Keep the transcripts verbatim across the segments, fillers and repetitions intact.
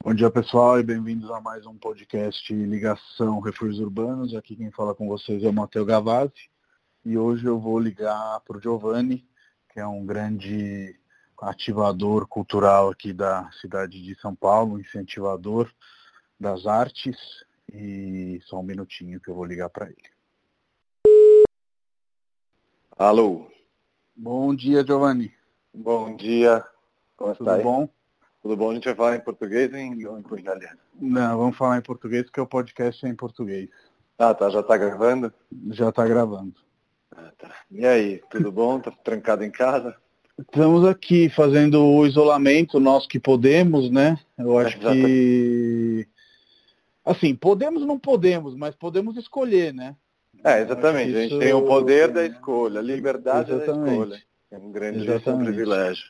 Bom dia, pessoal, e bem-vindos a mais um podcast Ligação Refúgios Urbanos. Aqui quem fala com vocês é o Matteo Gavazzi, e hoje eu vou ligar para o Giovanni, que é um grande ativador cultural aqui da cidade de São Paulo, incentivador das artes, e só um minutinho que eu vou ligar para ele. Alô. Bom dia, Giovanni. Bom dia. Como Tudo está? bom? Tudo bom? A gente vai falar em português ou em, ou em italiano? Não, vamos falar em português, porque o podcast é em português. Ah, tá. Já está gravando? Já está gravando. Ah, tá. E aí, tudo bom? Tá trancado em casa? Estamos aqui fazendo o isolamento, nós que podemos, né? Eu acho Exatamente. que... Assim, podemos ou não podemos, mas podemos escolher, né? É, exatamente. A gente isso... tem o poder da escolha, a liberdade Exatamente. da escolha. É um grande Exatamente. privilégio.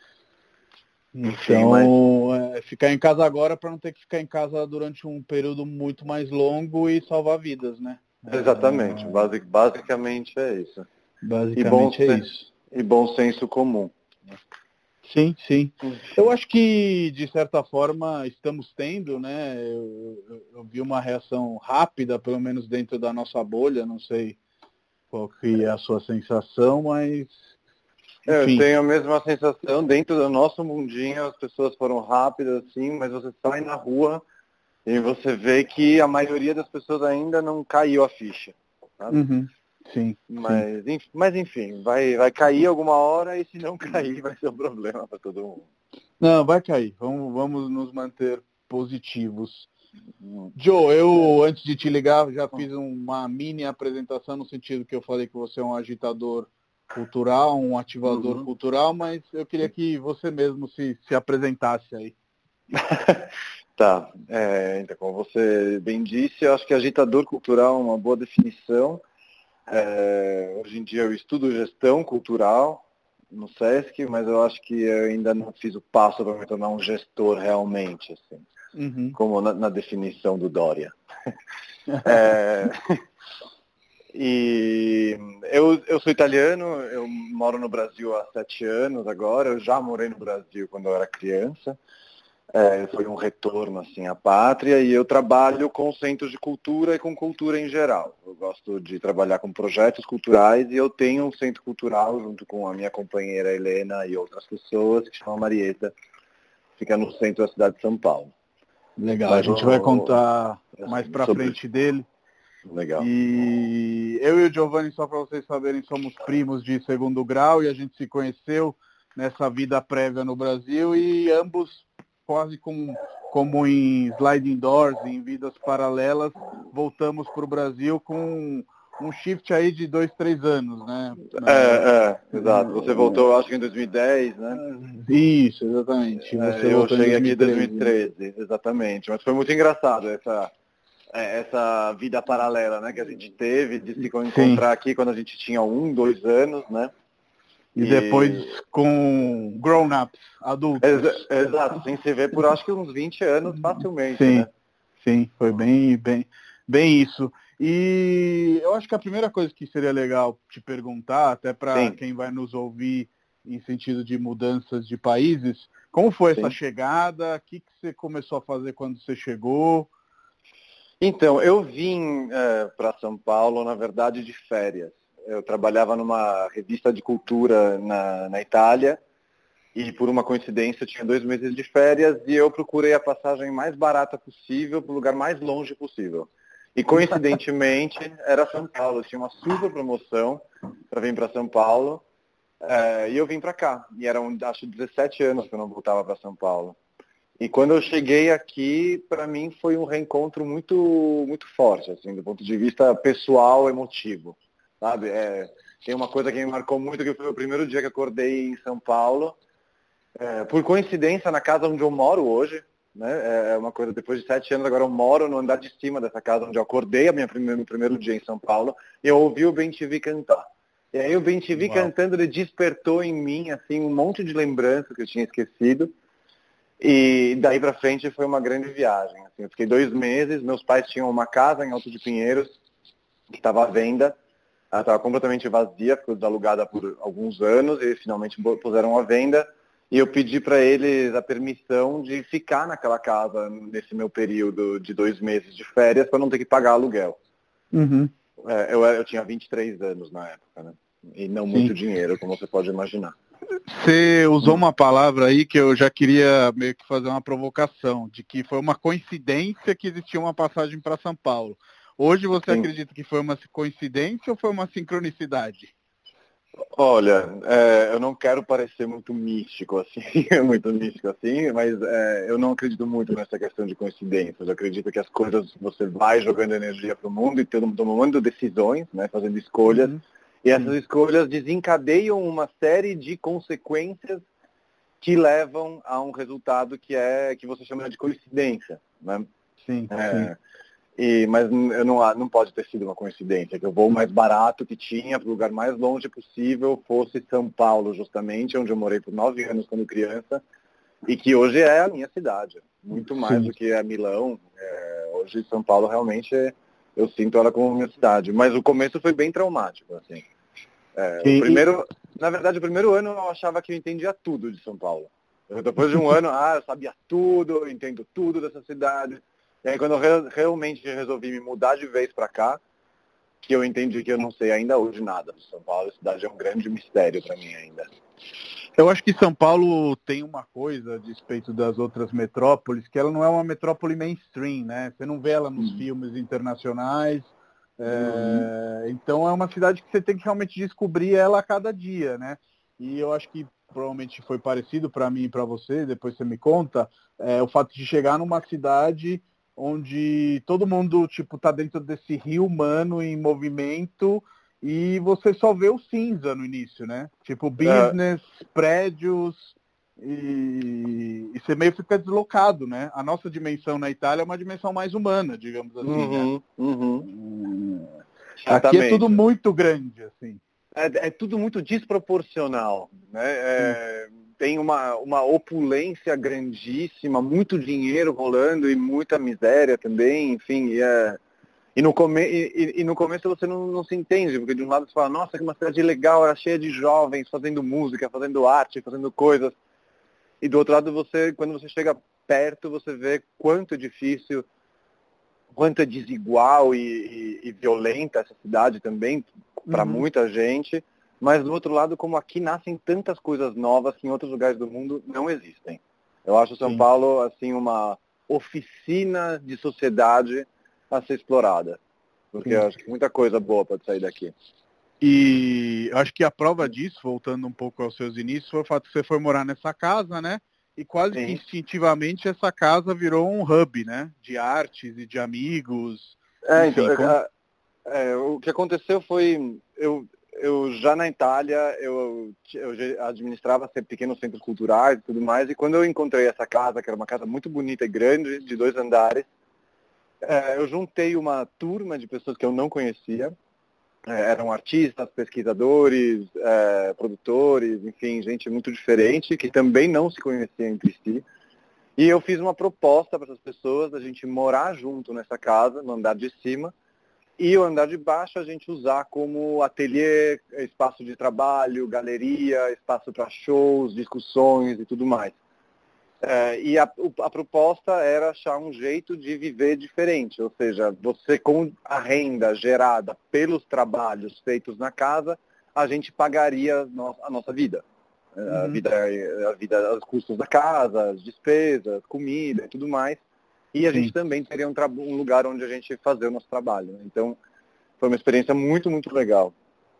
Então, Enfim, mas... é, ficar em casa agora para não ter que ficar em casa durante um período muito mais longo e salvar vidas, né? Exatamente. É... Basic, basicamente é isso. Basicamente e bom é sen- isso. E bom senso comum. Sim, sim. Eu acho que, de certa forma, estamos tendo, né? Eu, eu, eu vi uma reação rápida, pelo menos dentro da nossa bolha, não sei qual que é a sua sensação, mas... Eu Enfim. tenho a mesma sensação, dentro do nosso mundinho as pessoas foram rápidas, assim, mas você sai na rua e você vê que a maioria das pessoas ainda não caiu a ficha. Sabe? Uhum. Sim, mas, sim. Enfim, mas enfim, vai, vai cair alguma hora e se não cair vai ser um problema para todo mundo. Não, vai cair. Vamos, vamos nos manter positivos. Joe, eu, antes de te ligar, já fiz uma mini apresentação no sentido que eu falei que você é um agitador cultural, um ativador Uhum. cultural, mas eu queria que você mesmo se, se apresentasse aí. Tá, é, então, como você bem disse, eu acho que agitador cultural é uma boa definição. É, hoje em dia eu estudo gestão cultural no SESC, mas eu acho que eu ainda não fiz o passo para me tornar um gestor realmente, assim, uhum. como na, na definição do Dória. é, e eu, eu sou italiano, eu moro no Brasil há sete anos agora, eu já morei no Brasil quando eu era criança. É, foi um retorno assim à pátria e eu trabalho com centros de cultura e com cultura em geral. Eu gosto de trabalhar com projetos culturais e eu tenho um centro cultural junto com a minha companheira Helena e outras pessoas que chama Marieta, fica no centro da cidade de São Paulo. Legal, Mas a gente eu, vai contar mais para sobre... frente dele. Legal. E eu e o Giovanni, só para vocês saberem, somos primos de segundo grau e a gente se conheceu nessa vida prévia no Brasil e ambos quase com, como em sliding doors, em vidas paralelas, voltamos para o Brasil com um shift aí de dois, três anos, né? É, é, exato. Você voltou, acho que em dois mil e dez, né? Isso, exatamente. Você é, eu voltou cheguei em aqui em dois mil dois e mil e treze. treze, exatamente. Mas foi muito engraçado essa, essa vida paralela, né, que a gente teve, de se encontrar aqui quando a gente tinha um, dois anos, né? E, e depois com grown-ups, adultos. Ex- exato, sem se ver por acho que uns vinte anos facilmente, sim, né? Sim, foi bem, bem, bem isso. E eu acho que a primeira coisa que seria legal te perguntar, até para quem vai nos ouvir em sentido de mudanças de países, como foi essa Sim. chegada? O que, que você começou a fazer quando você chegou? Então, eu vim é, para São Paulo, na verdade, de férias. Eu trabalhava numa revista de cultura na, na Itália e, por uma coincidência, eu tinha dois meses de férias e eu procurei a passagem mais barata possível para o lugar mais longe possível. E, coincidentemente, era São Paulo. Eu tinha uma super promoção para vir para São Paulo é, e eu vim para cá. E eram, acho, dezessete anos que eu não voltava para São Paulo. E quando eu cheguei aqui, para mim foi um reencontro muito, muito forte, assim, do ponto de vista pessoal, emotivo, sabe? É, tem uma coisa que me marcou muito, que foi o primeiro dia que acordei em São Paulo, é, por coincidência, na casa onde eu moro hoje, né? É uma coisa, depois de sete anos, agora eu moro no andar de cima dessa casa onde eu acordei a minha primeiro, meu primeiro dia em São Paulo, e eu ouvi o Ben T V cantar. E aí o Ben T V cantando, ele despertou em mim, assim, um monte de lembranças que eu tinha esquecido. E daí pra frente foi uma grande viagem. Assim, eu fiquei dois meses, meus pais tinham uma casa em Alto de Pinheiros, que estava à venda, ela estava completamente vazia, ficou desalugada por alguns anos, e finalmente puseram à venda. E eu pedi para eles a permissão de ficar naquela casa nesse meu período de dois meses de férias para não ter que pagar aluguel. Uhum. É, eu, eu tinha vinte e três anos na época, né? E não muito Sim. dinheiro, como você pode imaginar. Você usou uma palavra aí que eu já queria meio que fazer uma provocação, de que foi uma coincidência que existia uma passagem para São Paulo. Hoje você Sim. acredita que foi uma coincidência ou foi uma sincronicidade? Olha, é, eu não quero parecer muito místico assim, muito místico assim, mas é, eu não acredito muito nessa questão de coincidências. Eu acredito que as coisas, você vai jogando energia para o mundo e tomando decisões, né, fazendo escolhas, Uhum. e essas Sim. escolhas desencadeiam uma série de consequências que levam a um resultado que é que você chama de coincidência, né? Sim, é, sim. E, mas eu não, não pode ter sido uma coincidência, que o voo mais barato que tinha, para o lugar mais longe possível, fosse São Paulo, justamente, onde eu morei por nove anos quando criança, e que hoje é a minha cidade, muito mais Sim. do que a Milão. É, hoje São Paulo realmente, eu sinto ela como minha cidade. Mas o começo foi bem traumático, assim. É, o primeiro, na verdade, o primeiro ano eu achava que eu entendia tudo de São Paulo. Eu, depois de um ano, ah, eu sabia tudo, eu entendo tudo dessa cidade. E aí quando eu re- realmente resolvi me mudar de vez para cá, que eu entendi que eu não sei ainda hoje nada de São Paulo. A cidade é um grande mistério para mim ainda. Eu acho que São Paulo tem uma coisa, a despeito das outras metrópoles, que ela não é uma metrópole mainstream, né? Você não vê ela nos uhum. filmes internacionais. É... Uhum. Então é uma cidade que você tem que realmente descobrir ela a cada dia, né? E eu acho que provavelmente foi parecido para mim e para você, depois você me conta, é, o fato de chegar numa cidade onde todo mundo tipo tá dentro desse rio humano em movimento e você só vê o cinza no início, né? Tipo business, uh... prédios e... e você meio fica deslocado, né? A nossa dimensão na Itália é uma dimensão mais humana, digamos assim, uhum, né? Uhum. Aqui é tudo muito grande, assim. É, é tudo muito desproporcional, né? É, tem uma, uma opulência grandíssima, muito dinheiro rolando e muita miséria também, enfim, e, é, e, no, come, e, e no começo você não, não se entende, porque de um lado você fala, nossa, que uma cidade legal, era cheia de jovens fazendo música, fazendo arte, fazendo coisas, e do outro lado você, quando você chega perto, você vê quanto é difícil, quanto é desigual e, e, e violenta essa cidade também, para uhum. muita gente, mas do outro lado, como aqui nascem tantas coisas novas que em outros lugares do mundo não existem. Eu acho São Sim. Paulo assim uma oficina de sociedade a ser explorada, porque Sim. eu acho que muita coisa boa pode sair daqui. E eu acho que a prova disso, voltando um pouco aos seus inícios, foi o fato que você foi morar nessa casa, né? E quase Sim. que instintivamente essa casa virou um hub, né? De artes e de amigos. É, Enfim, então, como... é, é, o que aconteceu foi, eu, eu já na Itália, eu, eu administrava pequenos centros culturais e tudo mais, e quando eu encontrei essa casa, que era uma casa muito bonita e grande, de dois andares, é, eu juntei uma turma de pessoas que eu não conhecia, é, eram artistas, pesquisadores, é, produtores, enfim, gente muito diferente, que também não se conhecia entre si, e eu fiz uma proposta para essas pessoas, da gente morar junto nessa casa, no andar de cima, e o andar de baixo a gente usar como ateliê, espaço de trabalho, galeria, espaço para shows, discussões e tudo mais. É, e a, a proposta era achar um jeito de viver diferente, ou seja, você com a renda gerada pelos trabalhos feitos na casa, a gente pagaria no, a nossa vida. Uhum. A vida, a vida, os custos da casa, as despesas, comida e tudo mais. E a Sim. gente também teria um, um lugar onde a gente fazer o nosso trabalho. Né? Então, foi uma experiência muito, muito legal.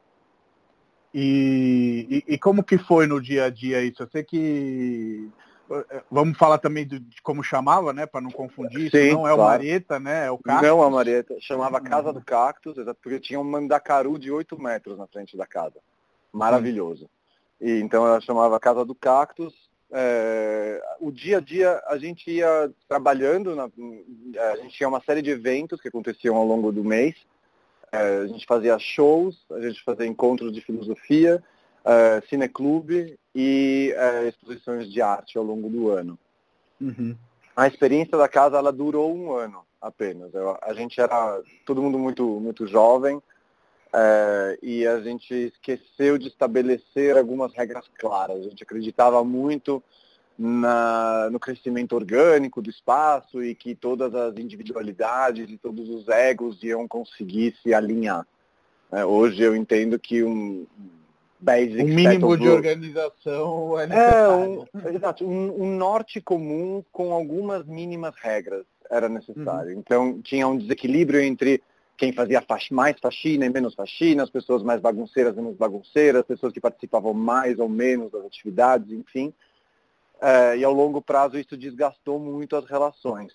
E, e, e como que foi no dia a dia isso? Eu sei que... Vamos falar também de, de como chamava, né? Para não confundir. Sim, isso não é claro. o Mareta, né? É o Cactus. Não a Mareta. Chamava Casa do Cactus, porque tinha um mandacaru de oito metros na frente da casa. Maravilhoso. E, então, ela chamava Casa do Cactus. É, o dia a dia a gente ia trabalhando, na, a gente tinha uma série de eventos que aconteciam ao longo do mês, é, a gente fazia shows, a gente fazia encontros de filosofia, é, cineclube e é, exposições de arte ao longo do ano. Uhum. A experiência da casa ela durou um ano apenas. Eu, a gente era todo mundo muito, muito jovem, É, e a gente esqueceu de estabelecer algumas regras claras. A gente acreditava muito na, no crescimento orgânico do espaço e que todas as individualidades e todos os egos iam conseguir se alinhar. É, hoje eu entendo que um basic um mínimo set de of organização é é, necessário. um, exato, um, um norte comum com algumas mínimas regras era necessário. Uhum. Então tinha um desequilíbrio entre quem fazia fax, mais faxina e menos faxina, as pessoas mais bagunceiras e menos bagunceiras, as pessoas que participavam mais ou menos das atividades, enfim. É, e ao longo prazo isso desgastou muito as relações.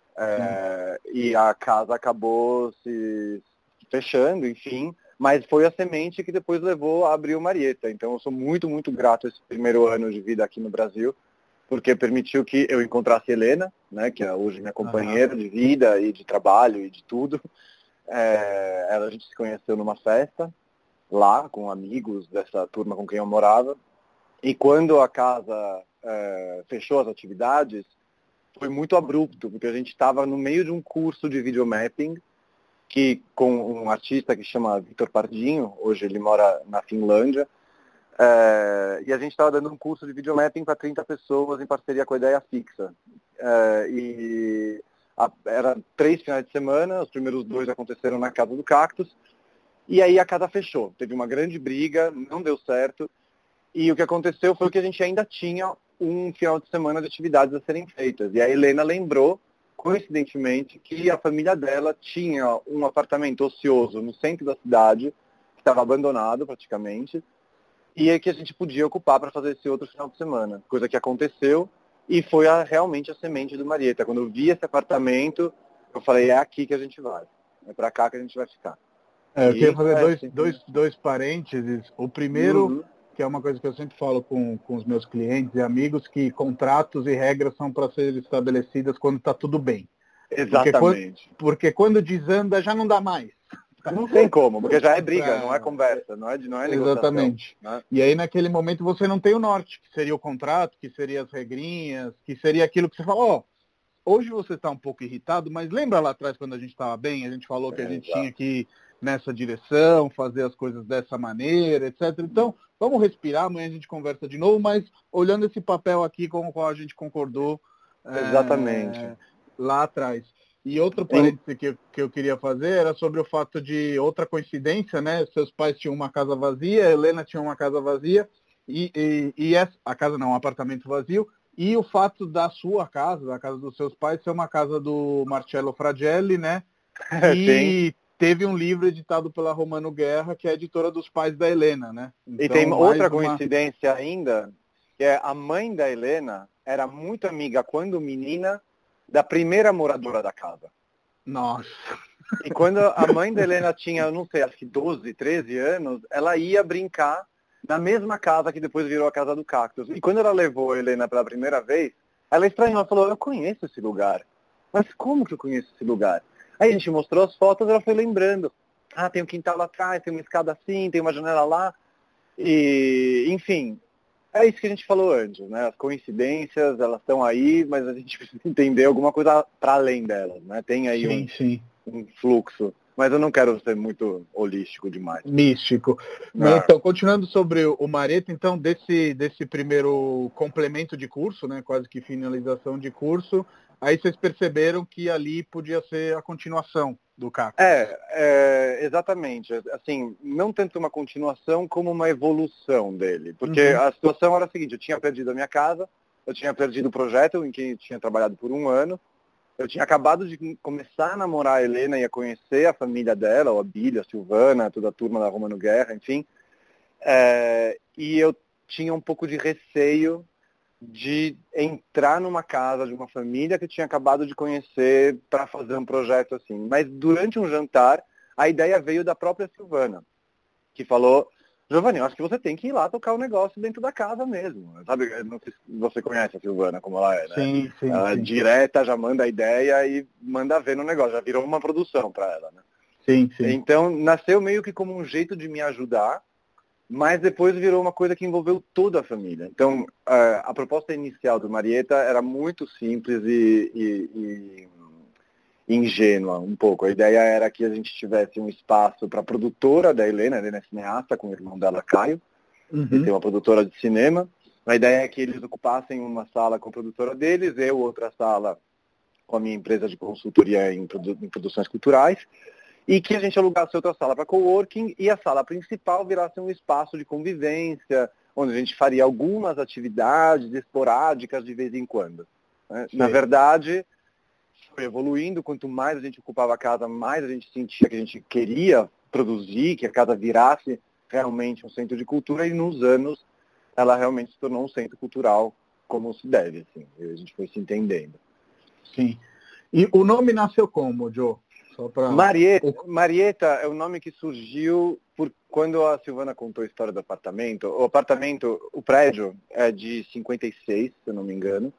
É, e a casa acabou se fechando, enfim, mas foi a semente que depois levou a abrir o Marieta. Então eu sou muito, muito grato esse primeiro ano de vida aqui no Brasil, porque permitiu que eu encontrasse a Helena, né, que é hoje minha companheira uhum. de vida e de trabalho e de tudo. É, ela, a gente se conheceu numa festa lá, com amigos dessa turma com quem eu morava. E quando a casa é, fechou as atividades, foi muito abrupto, porque a gente estava no meio de um curso de videomapping, que, com um artista que chama Vitor Pardinho, hoje ele mora na Finlândia, é, e a gente estava dando um curso de videomapping para trinta pessoas em parceria com a Ideia Fixa. É, e a, era três finais de semana, os primeiros dois aconteceram na Casa do Cactus, e aí a casa fechou. Teve uma grande briga, não deu certo, e o que aconteceu foi que a gente ainda tinha um final de semana de atividades a serem feitas. E a Helena lembrou, coincidentemente, que a família dela tinha um apartamento ocioso no centro da cidade, que estava abandonado praticamente, e que a gente podia ocupar para fazer esse outro final de semana. Coisa que aconteceu e foi a, realmente a semente do Marieta. Quando eu vi esse apartamento, eu falei, é aqui que a gente vai. É para cá que a gente vai ficar. É, eu e, queria fazer é, dois, sim, dois, sim. dois parênteses. O primeiro, uhum. que é uma coisa que eu sempre falo com, com os meus clientes e amigos, que contratos e regras são para serem estabelecidas quando está tudo bem. Exatamente. Porque, porque quando desanda já não dá mais. Não tem como, porque já é briga, pra... não é conversa, não é, não é negociação. Exatamente. Né? E aí naquele momento você não tem o norte, que seria o contrato, que seria as regrinhas, que seria aquilo que você falou, ó, hoje você está um pouco irritado, mas lembra lá atrás quando a gente estava bem, a gente falou que é, a gente exato. tinha que ir nessa direção, fazer as coisas dessa maneira, etcétera. Então, vamos respirar, amanhã a gente conversa de novo, mas olhando esse papel aqui com o qual a gente concordou Exatamente. É, lá atrás. E outro parêntese que eu, que eu queria fazer era sobre o fato de outra coincidência, né? Seus pais tinham uma casa vazia, a Helena tinha uma casa vazia, e, e, e essa, a casa não, um apartamento vazio, e o fato da sua casa, da casa dos seus pais, ser uma casa do Marcello Fragelli, né? Que teve um livro editado pela Romano Guerra, que é a editora dos pais da Helena, né? Então, e tem outra uma... coincidência ainda, que é a mãe da Helena era muito amiga, quando menina, da primeira moradora da casa. Nossa. E quando a mãe da Helena tinha, eu não sei, acho que doze, treze anos, ela ia brincar na mesma casa que depois virou a Casa do Cactus. E quando ela levou a Helena pela primeira vez, ela estranhou, ela falou, eu conheço esse lugar. Mas como que eu conheço esse lugar? Aí a gente mostrou as fotos, ela foi lembrando. Ah, tem um quintal lá atrás, tem uma escada assim, tem uma janela lá. E, enfim, é isso que a gente falou antes, né? As coincidências, elas estão aí, mas a gente precisa entender alguma coisa para além delas, né? Tem aí sim, um, sim. um fluxo. Mas eu não quero ser muito holístico demais. Místico. Ah. Então, continuando sobre o Marieta, então, desse, desse primeiro complemento de curso, né? Quase que finalização de curso, aí vocês perceberam que ali podia ser a continuação do Cactus. É, é, exatamente. Assim, não tanto uma continuação como uma evolução dele. Porque uhum. a situação era a seguinte, eu tinha perdido a minha casa, eu tinha perdido o projeto em que eu tinha trabalhado por um ano, eu tinha acabado de começar a namorar a Helena e a conhecer a família dela, a Bíblia, a Silvana, toda a turma da Romano Guerra, enfim. É, e eu tinha um pouco de receio de entrar numa casa de uma família que eu tinha acabado de conhecer para fazer um projeto assim. Mas durante um jantar, a ideia veio da própria Silvana, que falou, Giovanni, eu acho que você tem que ir lá tocar o um negócio dentro da casa mesmo. Sabe, não sei se você conhece a Silvana, como ela é, né? Sim, sim, ela sim. é direta, já manda a ideia e manda ver no negócio, já virou uma produção para ela, né? Sim, sim. Então, nasceu meio que como um jeito de me ajudar, mas depois virou uma coisa que envolveu toda a família. Então, a, a proposta inicial do Marieta era muito simples e, e, e, ingênua um pouco. A ideia era que a gente tivesse um espaço para a produtora da Helena, a Helena é cineasta, com o irmão dela, Caio, Uhum. e tem uma produtora de cinema. A ideia é que eles ocupassem uma sala com a produtora deles, eu outra sala com a minha empresa de consultoria em, produ- em produções culturais, e que a gente alugasse outra sala para coworking e a sala principal virasse um espaço de convivência, onde a gente faria algumas atividades esporádicas de vez em quando. Né? Na verdade, foi evoluindo, quanto mais a gente ocupava a casa, mais a gente sentia que a gente queria produzir, que a casa virasse realmente um centro de cultura, e nos anos ela realmente se tornou um centro cultural como se deve, assim, e a gente foi se entendendo. Sim. E o nome nasceu como, Joe? Só pra... Marieta, Marieta é o nome que surgiu por quando a Silvana contou a história do apartamento. O apartamento, o prédio é de cinquenta e seis, se eu não me engano.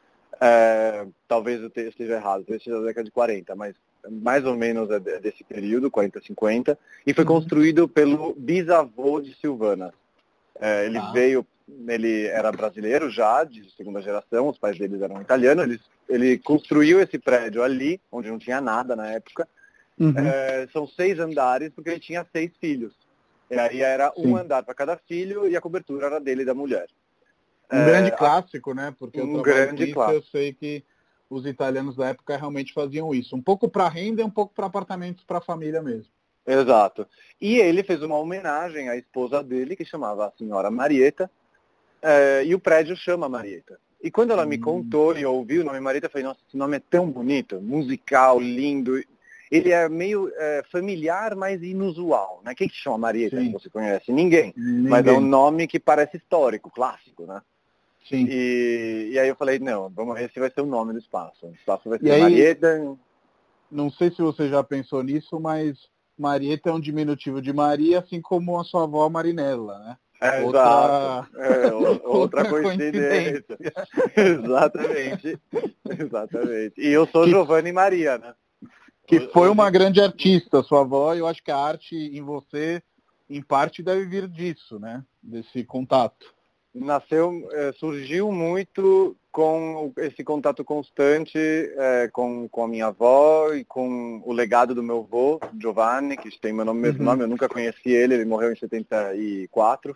É, talvez eu esteja errado, talvez seja da década de quarenta, mas mais ou menos é desse período, quarenta, cinquenta, e foi uhum. construído pelo bisavô de Silvana. É, ele ah. veio, ele era brasileiro já, de segunda geração, os pais deles eram italianos, ele, ele construiu esse prédio ali, onde não tinha nada na época. Uhum. É, são seis andares, porque ele tinha seis filhos. E aí era Sim. um andar para cada filho e a cobertura era dele e da mulher. Um é, grande clássico, né? Porque um eu grande isso, clássico. Eu sei que os italianos da época realmente faziam isso. Um pouco para renda e um pouco para apartamentos para a família mesmo. Exato. E ele fez uma homenagem à esposa dele, que chamava a senhora Marieta, é, e o prédio chama Marieta. E quando ela hum. me contou e eu ouvi o nome Marieta, eu falei, nossa, esse nome é tão bonito, musical, lindo. Ele é meio é, familiar, mas inusual, né? Quem que chama Marieta, que você conhece? Ninguém. Ninguém. Mas é um nome que parece histórico, clássico, né? Sim. E, e aí eu falei, não, vamos ver se vai ser o nome do espaço. O espaço vai ser e aí, Marieta. Não sei se você já pensou nisso, mas Marieta é um diminutivo de Maria, assim como a sua avó Marinella, né? É, outra... Exato. É, outra, outra coincidência. coincidência. Exatamente. Exatamente. E eu sou que... Giovanni Maria, né? Que foi uma grande artista, sua avó, e eu acho que a arte em você, em parte, deve vir disso, né? Desse contato. Nasceu, é, surgiu muito com esse contato constante é, com, com a minha avó e com o legado do meu avô, Giovanni, que tem meu nome, mesmo uhum. nome, eu nunca conheci ele, ele morreu em setenta e quatro.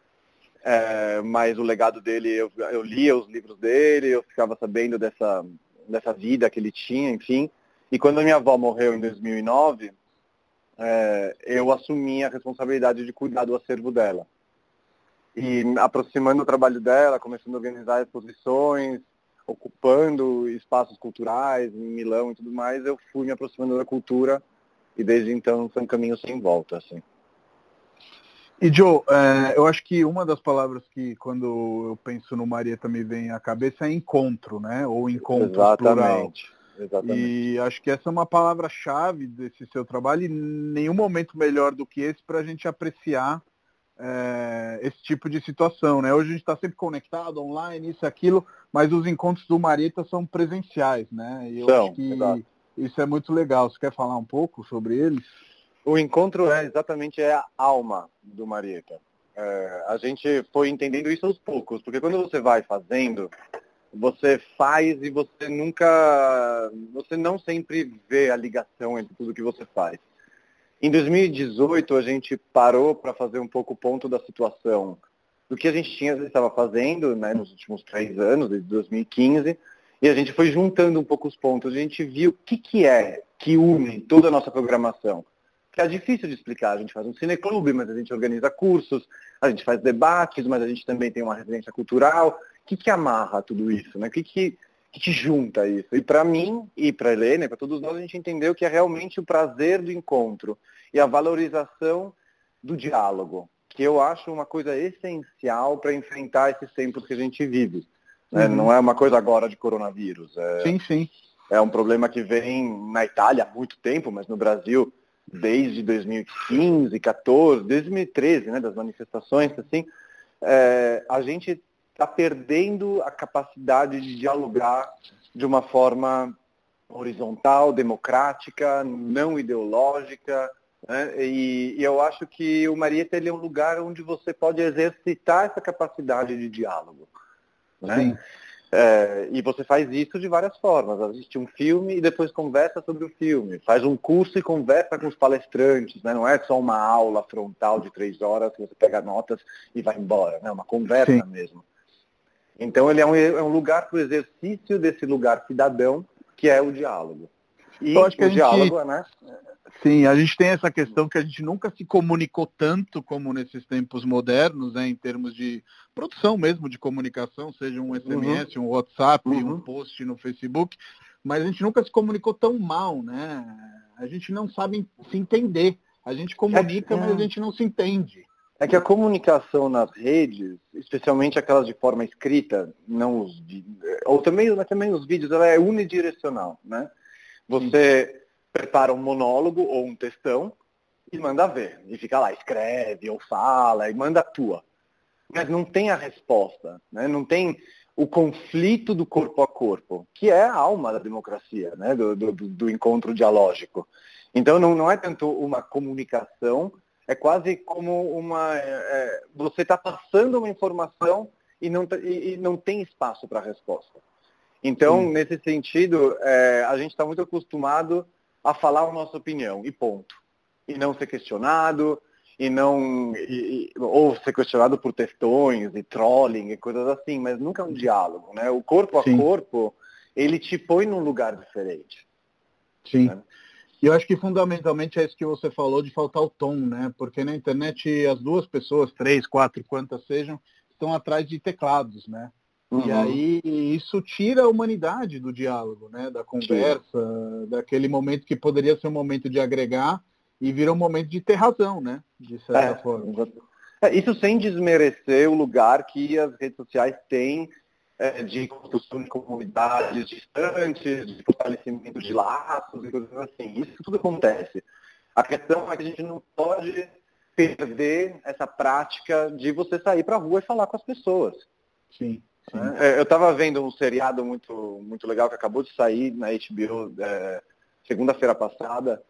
É, mas o legado dele, eu, eu lia os livros dele, eu ficava sabendo dessa, dessa vida que ele tinha, enfim. E quando a minha avó morreu em dois mil e nove, é, eu assumi a responsabilidade de cuidar do acervo dela. E aproximando o trabalho dela, começando a organizar exposições, ocupando espaços culturais em Milão e tudo mais, eu fui me aproximando da cultura e desde então foi um caminho sem volta, assim. E Joe, é, eu acho que uma das palavras que quando eu penso no Marieta me vem à cabeça é encontro, né? Ou encontro plural. Exatamente. E acho que essa é uma palavra-chave desse seu trabalho e nenhum momento melhor do que esse para a gente apreciar é, esse tipo de situação, né? Hoje a gente está sempre conectado, online, isso e aquilo, mas os encontros do Marieta são presenciais, né? E eu são, acho que exato. Isso é muito legal. Você quer falar um pouco sobre eles? O encontro é exatamente é a alma do Marieta. É, a gente foi entendendo isso aos poucos, porque quando você vai fazendo, você faz e você nunca, você não sempre vê a ligação entre tudo que você faz. Em dois mil e dezoito, a gente parou para fazer um pouco o ponto da situação do que a gente tinha, estava fazendo, né, nos últimos três anos, desde dois mil e quinze, e a gente foi juntando um pouco os pontos. A gente viu o que, que é que une toda a nossa programação. Que é difícil de explicar. A gente faz um cineclube, mas a gente organiza cursos, a gente faz debates, mas a gente também tem uma residência cultural. O que, que amarra tudo isso? Né? O que, que, que, que junta isso? E para mim, e para a Helena, e para todos nós, a gente entendeu que é realmente o prazer do encontro e a valorização do diálogo, que eu acho uma coisa essencial para enfrentar esses tempos que a gente vive. Né? Uhum. Não é uma coisa agora de coronavírus. É, sim, sim. É um problema que vem na Itália há muito tempo, mas no Brasil desde dois mil e quinze, quatorze, dois mil e treze, né, das manifestações, assim, é, a gente está perdendo a capacidade de dialogar de uma forma horizontal, democrática, não ideológica, né, e, e eu acho que o Marieta ele é um lugar onde você pode exercitar essa capacidade de diálogo. Né? Sim. É, e você faz isso de várias formas. Assiste um filme e depois conversa sobre o filme. Faz um curso e conversa com os palestrantes. Né? Não é só uma aula frontal de três horas que você pega notas e vai embora. Né? É uma conversa Sim. mesmo. Então ele é um, é um lugar para o exercício desse lugar cidadão, que é o diálogo. E Eu acho que o a gente, diálogo, né? sim, a gente tem essa questão que a gente nunca se comunicou tanto como nesses tempos modernos, né, em termos de produção mesmo de comunicação, seja um S M S, uhum. um WhatsApp, uhum. um post no Facebook, mas a gente nunca se comunicou tão mal, né? A gente não sabe se entender. A gente comunica, é, mas a gente não se entende. É que a comunicação nas redes, especialmente aquelas de forma escrita, não os ou também, mas também os vídeos, ela é unidirecional, né? Você Sim. prepara um monólogo ou um textão e manda ver. E fica lá, escreve ou fala e manda a tua. Mas não tem a resposta, né? Não tem o conflito do corpo a corpo, que é a alma da democracia, né? do, do, do encontro dialógico. Então não, não é tanto uma comunicação, é quase como uma... É, você está passando uma informação e não, e, e não tem espaço para a resposta. Então, Sim. nesse sentido, é, a gente está muito acostumado a falar a nossa opinião, e ponto. E não ser questionado, e não e, ou ser questionado por textões, e trolling, e coisas assim, mas nunca um diálogo. Né? O corpo Sim. a corpo, ele te põe num lugar diferente. Sim. Né? E eu acho que fundamentalmente é isso que você falou de faltar o tom, né? Porque na internet as duas pessoas, três, quatro, quantas sejam, estão atrás de teclados, né? Uhum. E aí isso tira a humanidade do diálogo, né? Da conversa, Tira. daquele momento que poderia ser um momento de agregar e vira um momento de ter razão, né? De certa é, forma. É, isso sem desmerecer o lugar que as redes sociais têm é, de construção de comunidades distantes, de fortalecimento de laços e coisas assim. Isso tudo acontece. A questão é que a gente não pode perder essa prática de você sair para a rua e falar com as pessoas. Sim. Sim. É, eu estava vendo um seriado muito, muito legal que acabou de sair na H B O é, segunda-feira passada,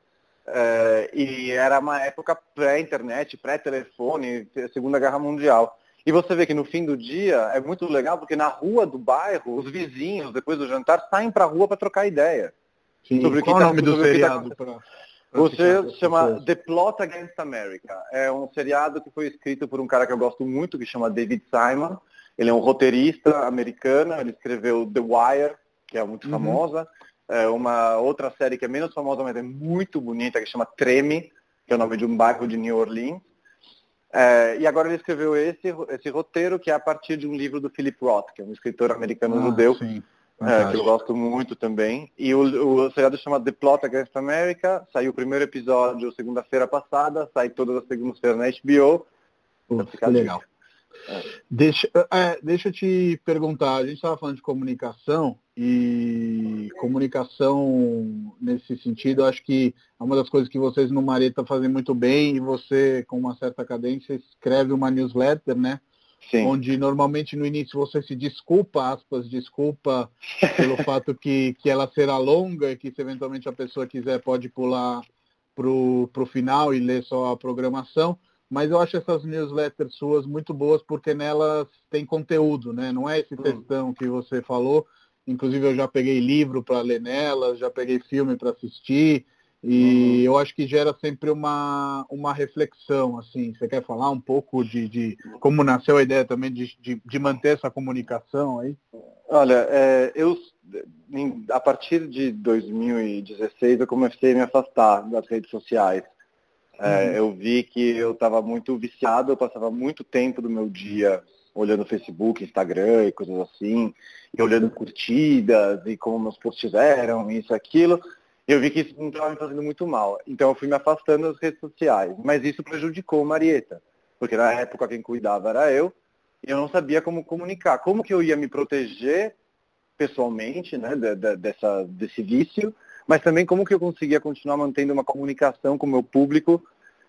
é, e era uma época pré-internet, pré-telefone, Segunda Guerra Mundial. E você vê que no fim do dia é muito legal porque na rua do bairro, os vizinhos, depois do jantar, saem para a rua para trocar ideia. Sim. Sobre Qual o, que o nome tá, do seriado? Tá você chama The Plot Against America. É um seriado que foi escrito por um cara que eu gosto muito, que chama David Simon. Ele é um roteirista americano, ele escreveu The Wire, que é muito uhum. famosa. É uma outra série que é menos famosa, mas é muito bonita, que chama Treme, que é o nome de um bairro de New Orleans. É, e agora ele escreveu esse, esse roteiro, que é a partir de um livro do Philip Roth, que é um escritor americano ah, judeu, sim. É, que eu gosto muito também. E o, o seriado chama The Plot Against America, saiu o primeiro episódio segunda-feira passada, sai todas as segundas-feiras na H B O. Pô, que legal. É. Deixa, é, deixa eu te perguntar, a gente estava falando de comunicação e comunicação nesse sentido, acho que é uma das coisas que vocês no Mareta fazem muito bem e você, com uma certa cadência, escreve uma newsletter, né? Sim. Onde normalmente no início você se desculpa, aspas, desculpa pelo fato que, que ela será longa e que se eventualmente a pessoa quiser pode pular pro, pro final e ler só a programação. Mas eu acho essas newsletters suas muito boas porque nelas tem conteúdo, né? Não é esse textão que você falou. Inclusive eu já peguei livro para ler nelas, já peguei filme para assistir e uhum. eu acho que gera sempre uma, uma reflexão, assim. Você quer falar um pouco de, de como nasceu a ideia também de, de, de manter essa comunicação aí? Olha, é, eu a partir de dois mil e dezesseis eu comecei a me afastar das redes sociais. É, uhum. Eu vi que eu estava muito viciado, eu passava muito tempo do meu dia olhando Facebook, Instagram e coisas assim, e olhando curtidas e como meus posts eram, isso, aquilo. Eu vi que isso não estava me fazendo muito mal. Então eu fui me afastando das redes sociais. Mas isso prejudicou Marieta, porque na época quem cuidava era eu, e eu não sabia como comunicar. Como que eu ia me proteger pessoalmente, né, de, de, dessa, desse vício, mas também como que eu conseguia continuar mantendo uma comunicação com o meu público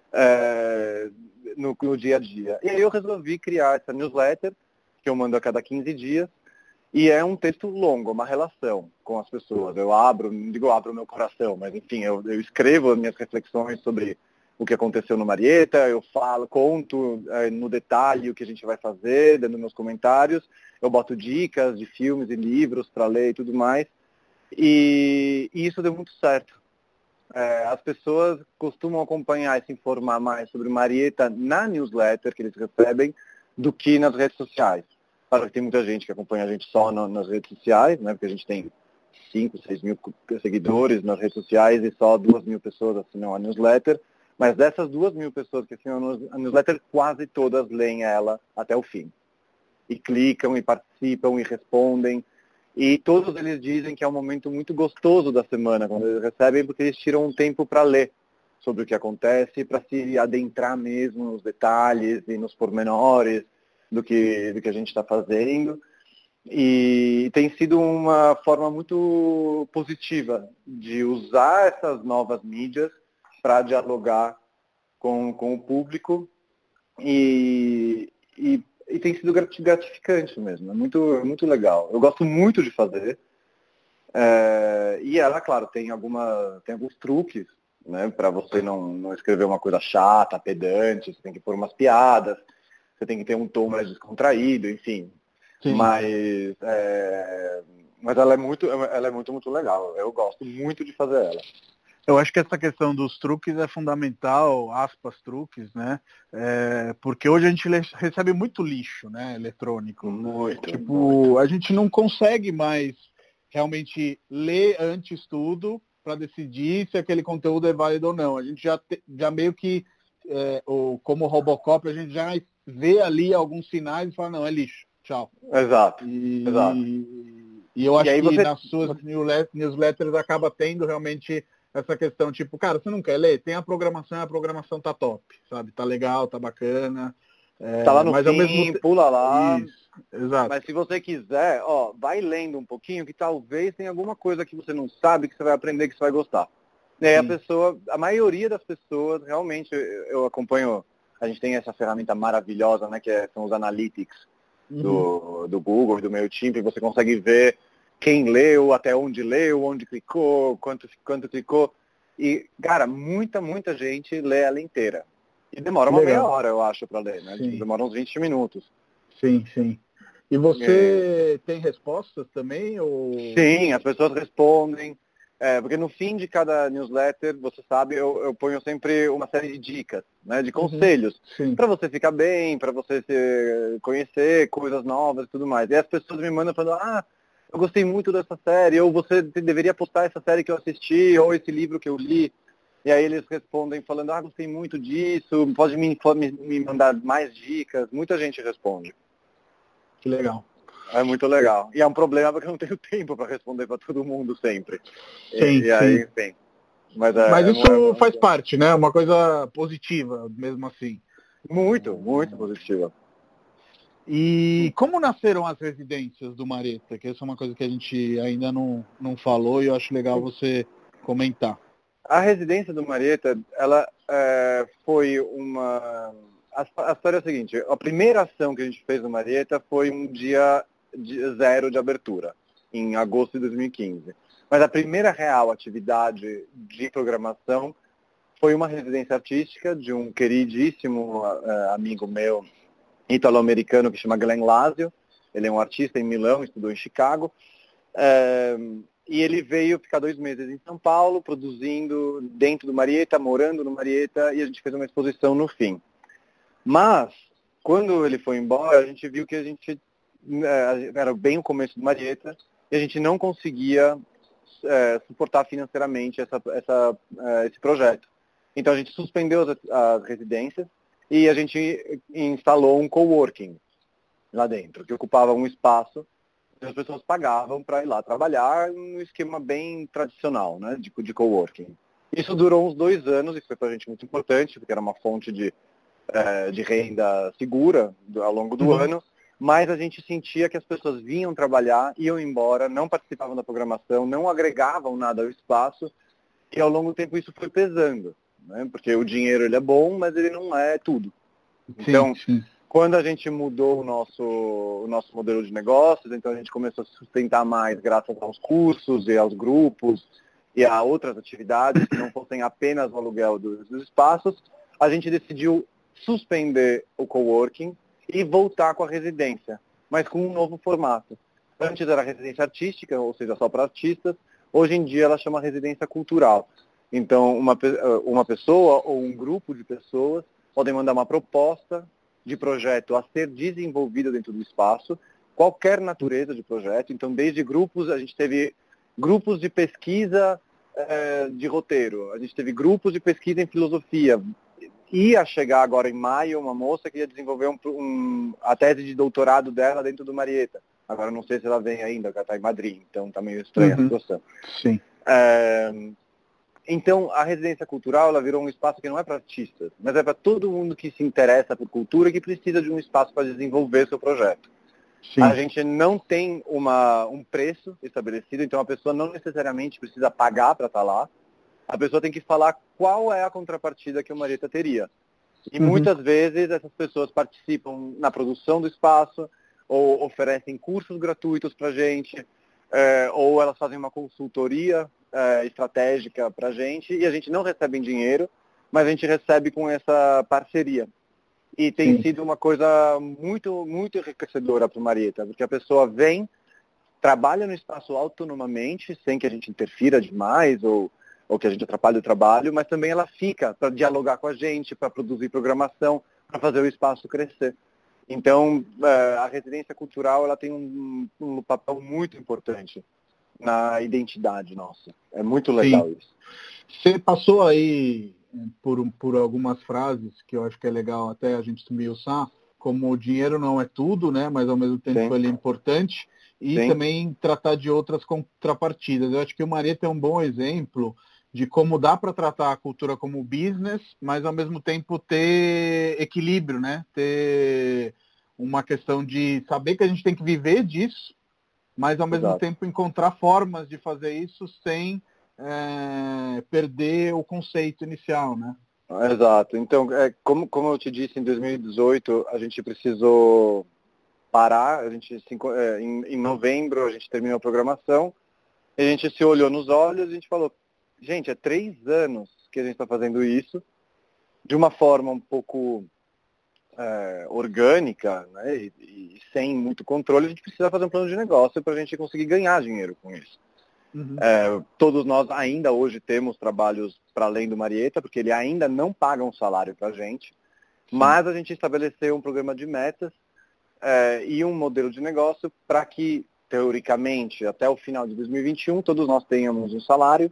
é, no, no dia a dia. E aí eu resolvi criar essa newsletter, que eu mando a cada quinze dias, e é um texto longo, uma relação com as pessoas. Eu abro, não digo eu abro o meu coração, mas enfim, eu, eu escrevo as minhas reflexões sobre o que aconteceu no Marieta, eu falo, conto é, no detalhe o que a gente vai fazer, dando meus comentários, eu boto dicas de filmes e livros para ler e tudo mais, e, e isso deu muito certo. É, as pessoas costumam acompanhar e se informar mais sobre Marieta na newsletter que eles recebem do que nas redes sociais. Claro que tem muita gente que acompanha a gente só no, nas redes sociais, né, porque a gente tem cinco, seis mil seguidores nas redes sociais e só duas mil pessoas assinam a newsletter. Mas dessas duas mil pessoas que assinam a newsletter, quase todas leem ela até o fim. E clicam, e participam, e respondem. E todos eles dizem que é um momento muito gostoso da semana, quando eles recebem, porque eles tiram um tempo para ler sobre o que acontece, para se adentrar mesmo nos detalhes e nos pormenores do que, do que a gente está fazendo. E tem sido uma forma muito positiva de usar essas novas mídias para dialogar com, com o público e, e, e tem sido gratificante mesmo, é muito, muito legal. Eu gosto muito de fazer é, e ela, claro, tem, alguma, tem alguns truques, né, para você não, não escrever uma coisa chata, pedante, você tem que pôr umas piadas, você tem que ter um tom mais descontraído, enfim. Sim. Mas, é, mas ela é muito, ela é muito, muito legal. Eu gosto muito de fazer ela. Eu acho que essa questão dos truques é fundamental, aspas, truques, né? É, porque hoje a gente recebe muito lixo, né, eletrônico. Muito. Tipo, muito. a gente não consegue mais realmente ler antes tudo para decidir se aquele conteúdo é válido ou não. A gente já, te, já meio que, é, ou como Robocop, a gente já vê ali alguns sinais e fala, não, é lixo, tchau. Exato, e, exato. E eu acho e que você... nas suas newsletters acaba tendo realmente essa questão, tipo, cara, você não quer ler? Tem a programação e a programação tá top, sabe? Tá legal, tá bacana. É, tá lá no mas fim, ao mesmo te... pula lá. Isso, exato. Mas se você quiser, ó, vai lendo um pouquinho, que talvez tenha alguma coisa que você não sabe, que você vai aprender, que você vai gostar. E aí a pessoa, a maioria das pessoas, realmente, eu, eu acompanho, a gente tem essa ferramenta maravilhosa, né, que é, são os analytics uhum. do, do Google e do MailChimp, e você consegue ver quem leu, até onde leu, onde clicou, quanto, quanto clicou. E, cara, muita, muita gente lê ela inteira. E demora uma Legal. meia hora, eu acho, para ler, né? Tipo, demora uns vinte minutos. Sim, sim. E você é... tem respostas também? Ou... Sim, as pessoas respondem. É, porque no fim de cada newsletter, você sabe, eu, eu ponho sempre uma série de dicas, né? De conselhos. Uhum. Para você ficar bem, para você se conhecer coisas novas e tudo mais. E as pessoas me mandam falando, ah, eu gostei muito dessa série, ou você deveria postar essa série que eu assisti, ou esse livro que eu li. E aí eles respondem falando, ah, gostei muito disso, pode me, me mandar mais dicas. Muita gente responde. Que legal. É muito legal. E é um problema porque eu não tenho tempo para responder para todo mundo sempre. Sim, e, e aí, sim. enfim. Mas, é, Mas é isso uma... faz parte, né? Uma coisa positiva, mesmo assim. Muito, muito positiva. E como nasceram as residências do Marieta? Que essa é uma coisa que a gente ainda não, não falou e eu acho legal você comentar. A residência do Marieta, ela é, foi uma... A, a história é a seguinte, a primeira ação que a gente fez no Marieta foi um dia de zero de abertura, em agosto de dois mil e quinze. Mas a primeira real atividade de programação foi uma residência artística de um queridíssimo uh, amigo meu, italo-americano, que chama Glenn Lazio. Ele é um artista em Milão, estudou em Chicago. Uh, e ele veio ficar dois meses em São Paulo, produzindo dentro do Marieta, morando no Marieta, e a gente fez uma exposição no fim. Mas, quando ele foi embora, a gente viu que a gente uh, era bem o começo do Marieta, e a gente não conseguia uh, suportar financeiramente essa, essa, uh, esse projeto. Então a gente suspendeu as, as residências, e a gente instalou um coworking lá dentro, que ocupava um espaço e as pessoas pagavam para ir lá trabalhar num esquema bem tradicional, né, de, de coworking. Isso durou uns dois anos, isso foi para a gente muito importante, porque era uma fonte de, é, de renda segura do, ao longo do uhum. ano, mas a gente sentia que as pessoas vinham trabalhar, iam embora, não participavam da programação, não agregavam nada ao espaço, e ao longo do tempo isso foi pesando. Né? Porque o dinheiro ele é bom, mas ele não é tudo. Então, sim, sim. Quando a gente mudou o nosso, o nosso modelo de negócios, então a gente começou a se sustentar mais graças aos cursos e aos grupos e a outras atividades, que não fossem apenas o aluguel dos, dos espaços, a gente decidiu suspender o coworking e voltar com a residência, mas com um novo formato. Antes era residência artística, ou seja, só para artistas. Hoje em dia ela chama residência cultural. Então, uma, uma pessoa ou um grupo de pessoas podem mandar uma proposta de projeto a ser desenvolvida dentro do espaço, qualquer natureza de projeto. Então, desde grupos, a gente teve grupos de pesquisa eh, de roteiro, a gente teve grupos de pesquisa em filosofia. Ia chegar agora em maio uma moça que ia desenvolver um, um, a tese de doutorado dela dentro do Marieta. Agora não sei se ela vem ainda, porque ela está em Madrid, então está meio estranha Uhum. a situação. Sim. É, então, a residência cultural ela virou um espaço que não é para artistas, mas é para todo mundo que se interessa por cultura e que precisa de um espaço para desenvolver seu projeto. Sim. A gente não tem uma, um preço estabelecido, então a pessoa não necessariamente precisa pagar para estar lá. A pessoa tem que falar qual é a contrapartida que o Marieta teria. E uhum. muitas vezes essas pessoas participam na produção do espaço, ou oferecem cursos gratuitos para a gente, é, ou elas fazem uma consultoria é, estratégica para a gente, e a gente não recebe em dinheiro, mas a gente recebe com essa parceria. E tem Sim. sido uma coisa muito, muito enriquecedora para o Marieta, porque a pessoa vem, trabalha no espaço autonomamente, sem que a gente interfira demais, ou, ou que a gente atrapalhe o trabalho, mas também ela fica para dialogar com a gente, para produzir programação, para fazer o espaço crescer. Então, a residência cultural ela tem um, um papel muito importante na identidade nossa. É muito legal Sim. isso. Você passou aí por, por algumas frases que eu acho que é legal até a gente esmiuçar, como o dinheiro não é tudo, né? Mas ao mesmo tempo Sim. ele é importante, e Sim. também tratar de outras contrapartidas. Eu acho que o Marieta é um bom exemplo de como dá para tratar a cultura como business, mas ao mesmo tempo ter equilíbrio, né? Ter uma questão de saber que a gente tem que viver disso, mas ao mesmo Exato. tempo encontrar formas de fazer isso sem é, perder o conceito inicial, né? Exato. Então, é, como, como eu te disse, em dois mil e dezoito a gente precisou parar, a gente, é, em, em novembro a gente terminou a programação, a gente se olhou nos olhos e a gente falou, gente, é três anos que a gente está fazendo isso, de uma forma um pouco é, orgânica, né, e, e sem muito controle, a gente precisa fazer um plano de negócio para a gente conseguir ganhar dinheiro com isso. Uhum. É, todos nós ainda hoje temos trabalhos para além do Marieta, porque ele ainda não paga um salário para a gente, Sim. mas a gente estabeleceu um programa de metas é, e um modelo de negócio para que, teoricamente, até o final de dois mil e vinte e um, todos nós tenhamos um salário,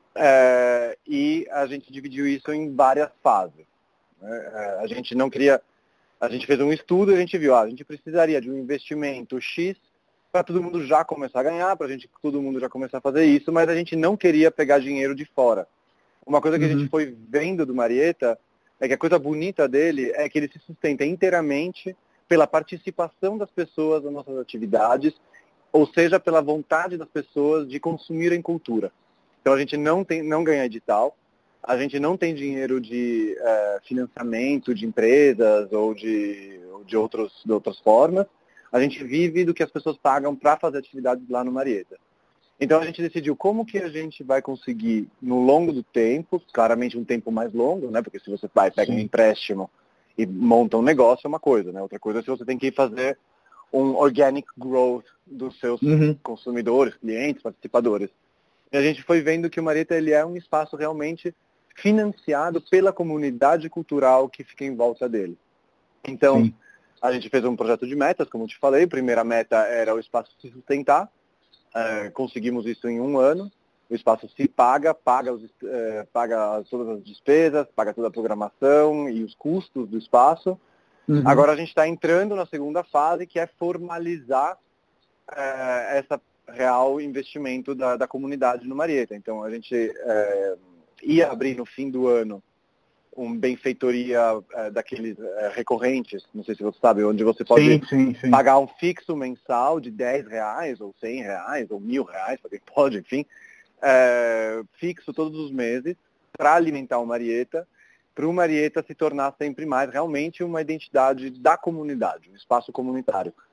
É, e a gente dividiu isso em várias fases. Né? É, a gente não queria, a gente fez um estudo e a gente viu, ah, a gente precisaria de um investimento X para todo mundo já começar a ganhar, para a gente todo mundo já começar a fazer isso, mas a gente não queria pegar dinheiro de fora. Uma coisa que uhum. a gente foi vendo do Marieta é que a coisa bonita dele é que ele se sustenta inteiramente pela participação das pessoas nas nossas atividades, ou seja, pela vontade das pessoas de consumirem cultura. Então a gente não, tem, não ganha edital, a gente não tem dinheiro de é, financiamento de empresas ou de, ou de, outros, de outras formas, a gente vive do que as pessoas pagam para fazer atividades lá no Marieta. Então a gente decidiu como que a gente vai conseguir, no longo do tempo, claramente um tempo mais longo, né? Porque se você vai, pega Sim. um empréstimo e monta um negócio é uma coisa, né? Outra coisa é se você tem que fazer um organic growth dos seus uhum. consumidores, clientes, participadores. E a gente foi vendo que o Marieta ele é um espaço realmente financiado pela comunidade cultural que fica em volta dele. Então, Sim. a gente fez um projeto de metas, como eu te falei. A primeira meta era o espaço se sustentar. É, conseguimos isso em um ano. O espaço se paga, paga, os, é, paga todas as despesas, paga toda a programação e os custos do espaço. Uhum. Agora a gente está entrando na segunda fase, que é formalizar é, essa real investimento da, da comunidade no Marieta. Então, a gente é, ia abrir no fim do ano um benfeitoria é, daqueles é, recorrentes, não sei se você sabe, onde você pode sim, sim, sim. pagar um fixo mensal de dez reais, ou cem reais, ou mil reais, para quem pode, enfim, é, fixo todos os meses, para alimentar o Marieta, para o Marieta se tornar sempre mais realmente uma identidade da comunidade, um espaço comunitário.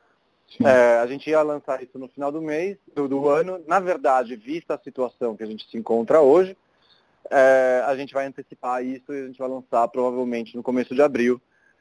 É, a gente ia lançar isso no final do mês, do, do ano. Na verdade, vista a situação que a gente se encontra hoje, é, a gente vai antecipar isso e a gente vai lançar provavelmente no começo de abril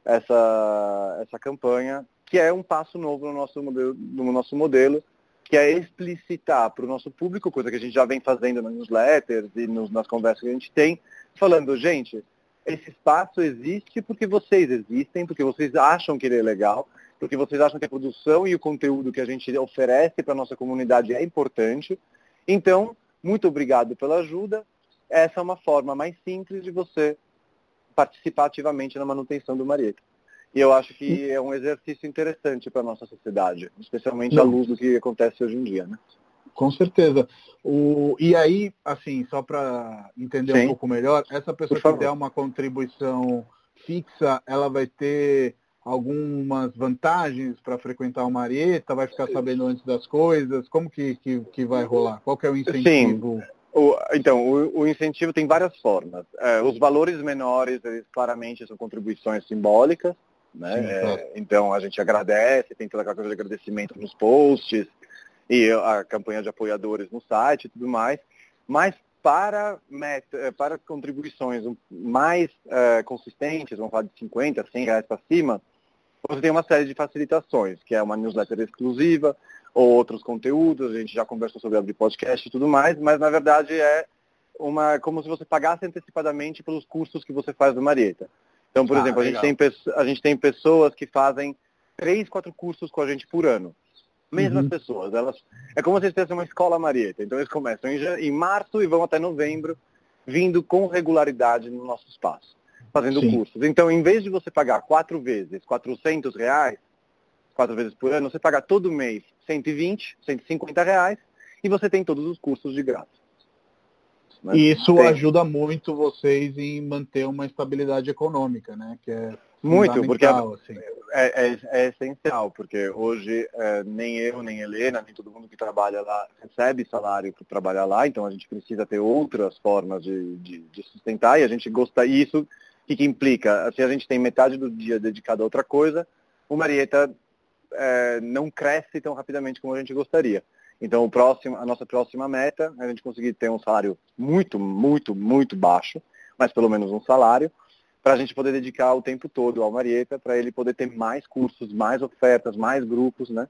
essa, essa campanha, que é um passo novo no nosso modelo, no nosso modelo, que é explicitar para o nosso público, coisa que a gente já vem fazendo nas newsletters e nos, nas conversas que a gente tem, falando, gente, esse espaço existe porque vocês existem, porque vocês acham que ele é legal, porque vocês acham que a produção e o conteúdo que a gente oferece para a nossa comunidade é importante. Então, muito obrigado pela ajuda. Essa é uma forma mais simples de você participar ativamente na manutenção do Marieta. E eu acho que é um exercício interessante para a nossa sociedade, especialmente à luz do que acontece hoje em dia, né? Com certeza. O... E aí, assim, só para entender Sim. um pouco melhor, essa pessoa que der uma contribuição fixa, ela vai ter algumas vantagens para frequentar o Marieta? Vai ficar sabendo antes das coisas? Como que, que, que vai rolar? Qual que é o incentivo? Sim. O, então, o, o incentivo tem várias formas. É, os valores menores, eles claramente são contribuições simbólicas, né? Sim, claro. é, então, a gente agradece, tem toda aquela coisa de agradecimento nos posts, e a campanha de apoiadores no site e tudo mais. Mas para, meta, para contribuições mais é, consistentes, vamos falar de cinquenta, cem reais para cima, você tem uma série de facilitações, que é uma newsletter exclusiva, ou outros conteúdos, a gente já conversou sobre abrir podcast e tudo mais, mas na verdade é uma, como se você pagasse antecipadamente pelos cursos que você faz do Marieta. Então, por ah, exemplo, a gente, tem, a gente tem pessoas que fazem três, quatro cursos com a gente por ano. Mesmas uhum. pessoas. Elas, é como se eles tivessem uma escola Marieta. Então eles começam em, em março e vão até novembro, vindo com regularidade no nosso espaço, fazendo Sim. cursos. Então, em vez de você pagar quatro vezes quatrocentos reais, quatro vezes por ano, você paga todo mês cento e vinte, cento e cinquenta reais e você tem todos os cursos de graça. Né? E isso tem. ajuda muito vocês em manter uma estabilidade econômica, né? Que é muito, porque é, assim. é, é, é essencial, porque hoje é, nem eu, nem Helena, nem todo mundo que trabalha lá recebe salário para trabalhar lá, então a gente precisa ter outras formas de, de, de sustentar e a gente gosta isso. O que, que implica? Se a gente tem metade do dia dedicado a outra coisa, o Marieta É, não cresce tão rapidamente como a gente gostaria. Então, o próximo, a nossa próxima meta é a gente conseguir ter um salário muito, muito, muito baixo, mas pelo menos um salário, para a gente poder dedicar o tempo todo ao Marieta, para ele poder ter mais cursos, mais ofertas, mais grupos, né?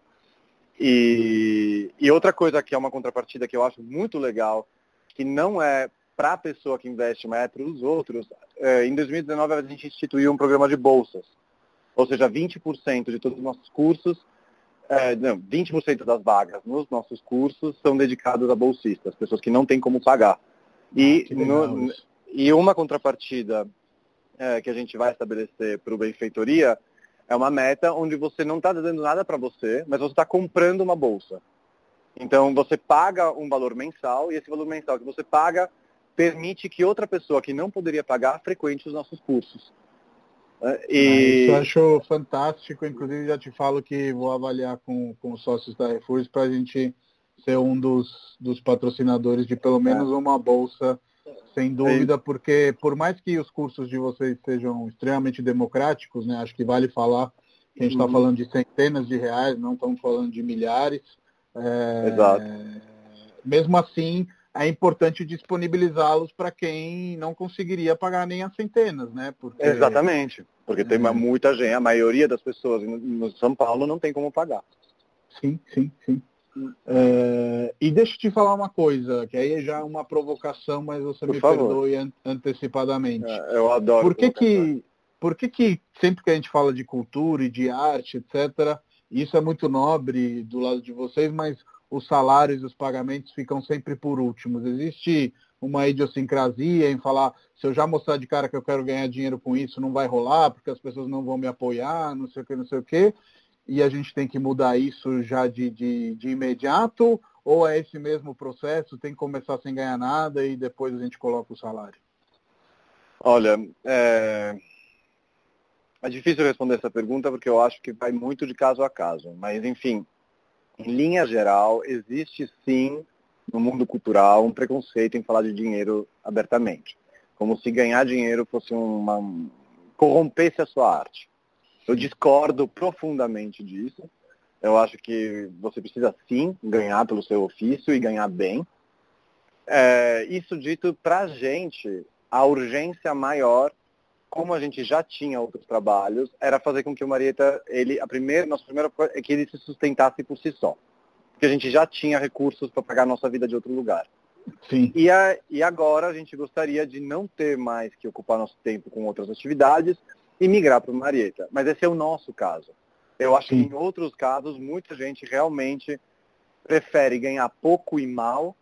E, e outra coisa que é uma contrapartida que eu acho muito legal, que não é para a pessoa que investe, mas é para os outros, é, em dois mil e dezenove a gente instituiu um programa de bolsas. Ou seja, vinte por cento de todos os nossos cursos, é, não, vinte por cento das vagas nos nossos cursos são dedicados a bolsistas, pessoas que não têm como pagar. E, ah, no, e uma contrapartida é, que a gente vai estabelecer para o Benfeitoria é uma meta onde você não está dando nada para você, mas você está comprando uma bolsa. Então, você paga um valor mensal e esse valor mensal que você paga permite que outra pessoa que não poderia pagar frequente os nossos cursos. E... Isso eu acho fantástico, inclusive já te falo que vou avaliar com, com os sócios da Refúgio para a gente ser um dos, dos patrocinadores de pelo menos é. uma bolsa, sem dúvida, porque por mais que os cursos de vocês sejam extremamente democráticos, né, acho que vale falar que a gente está uhum. falando de centenas de reais, não estamos falando de milhares. É... Exato. Mesmo assim, é importante disponibilizá-los para quem não conseguiria pagar nem as centenas, né? Porque, Exatamente, porque é... tem muita gente, a maioria das pessoas no São Paulo não tem como pagar. Sim, sim, sim. Hum. É... E deixa eu te falar uma coisa, que aí é já uma provocação, mas você Por me favor. perdoe an- antecipadamente. É, eu adoro Por que que, por que que sempre que a gente fala de cultura e de arte, etcétera, isso é muito nobre do lado de vocês, mas os salários e os pagamentos ficam sempre por últimos? Existe uma idiosincrasia em falar, se eu já mostrar de cara que eu quero ganhar dinheiro com isso, não vai rolar, porque as pessoas não vão me apoiar, não sei o que, não sei o que, e a gente tem que mudar isso já de, de, de imediato, ou é esse mesmo processo, tem que começar sem ganhar nada e depois a gente coloca o salário? Olha, é... é difícil responder essa pergunta porque eu acho que vai muito de caso a caso, mas enfim, em linha geral, existe sim, no mundo cultural, um preconceito em falar de dinheiro abertamente. Como se ganhar dinheiro fosse uma... corrompesse a sua arte. Eu discordo profundamente disso. Eu acho que você precisa sim ganhar pelo seu ofício e ganhar bem. É, isso dito, para a gente, a urgência maior, como a gente já tinha outros trabalhos, era fazer com que o Marieta, ele, a primeira, nossa primeira coisa é que ele se sustentasse por si só. Porque a gente já tinha recursos para pagar a nossa vida de outro lugar. Sim. E, a, e agora a gente gostaria de não ter mais que ocupar nosso tempo com outras atividades e migrar para o Marieta. Mas esse é o nosso caso. Eu acho Sim. que em outros casos, muita gente realmente prefere ganhar pouco e mal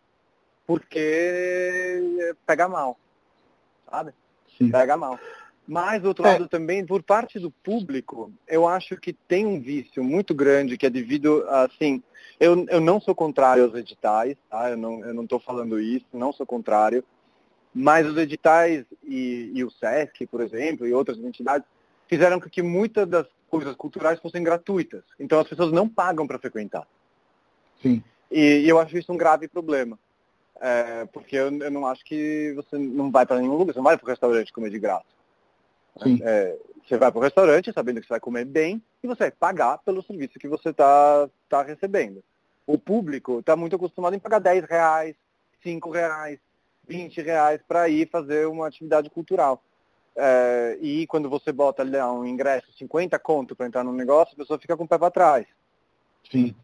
porque pega mal, sabe? Sim. Pega mal. Mas, do outro É. lado também, por parte do público, eu acho que tem um vício muito grande que é devido, assim, eu, eu não sou contrário aos editais, tá? Eu não eu não estou falando isso, não sou contrário, mas os editais e, e o SESC, por exemplo, e outras entidades, fizeram com que muitas das coisas culturais fossem gratuitas. Então as pessoas não pagam para frequentar. Sim. E, e eu acho isso um grave problema. É, porque eu, eu não acho que você não vai para nenhum lugar, você não vai para o restaurante comer de graça. Sim. É, você vai para o restaurante sabendo que você vai comer bem e você vai pagar pelo serviço que você está tá recebendo. O público está muito acostumado em pagar dez reais, cinco reais, vinte reais para ir fazer uma atividade cultural. É, e quando você bota ali um ingresso, cinquenta conto para entrar no negócio, a pessoa fica com o pé para trás. Sim.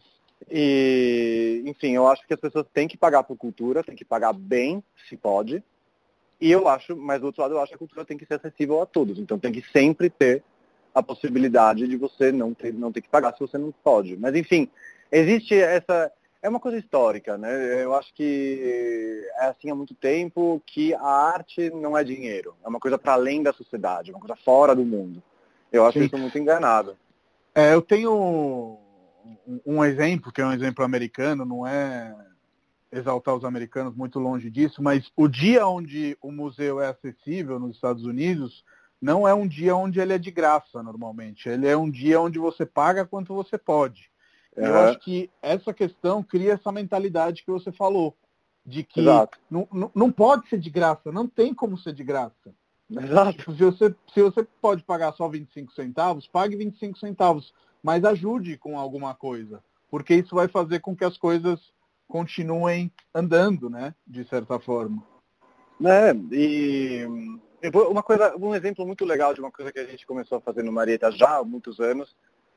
E, enfim, eu acho que as pessoas têm que pagar por cultura, têm que pagar bem, se pode. E eu acho, mas do outro lado, eu acho que a cultura tem que ser acessível a todos. Então tem que sempre ter a possibilidade de você não ter, não ter que pagar se você não pode. Mas, enfim, existe essa... É uma coisa histórica, né? Eu acho que é assim há muito tempo que a arte não é dinheiro. É uma coisa para além da sociedade, uma coisa fora do mundo. Eu acho Sim. isso muito enganado. É, eu tenho um, um exemplo, que é um exemplo americano, não é exaltar os americanos, muito longe disso, mas o dia onde o museu é acessível nos Estados Unidos não é um dia onde ele é de graça, normalmente. Ele é um dia onde você paga quanto você pode. E eu Uhum. acho que essa questão cria essa mentalidade que você falou, de que Exato. não, não, não pode ser de graça, não tem como ser de graça. Exato. Tipo, se você, se você pode pagar só vinte e cinco centavos, pague vinte e cinco centavos, mas ajude com alguma coisa, porque isso vai fazer com que as coisas continuem andando, né, de certa forma. É, e uma coisa, um exemplo muito legal de uma coisa que a gente começou a fazer no Marieta já há muitos anos,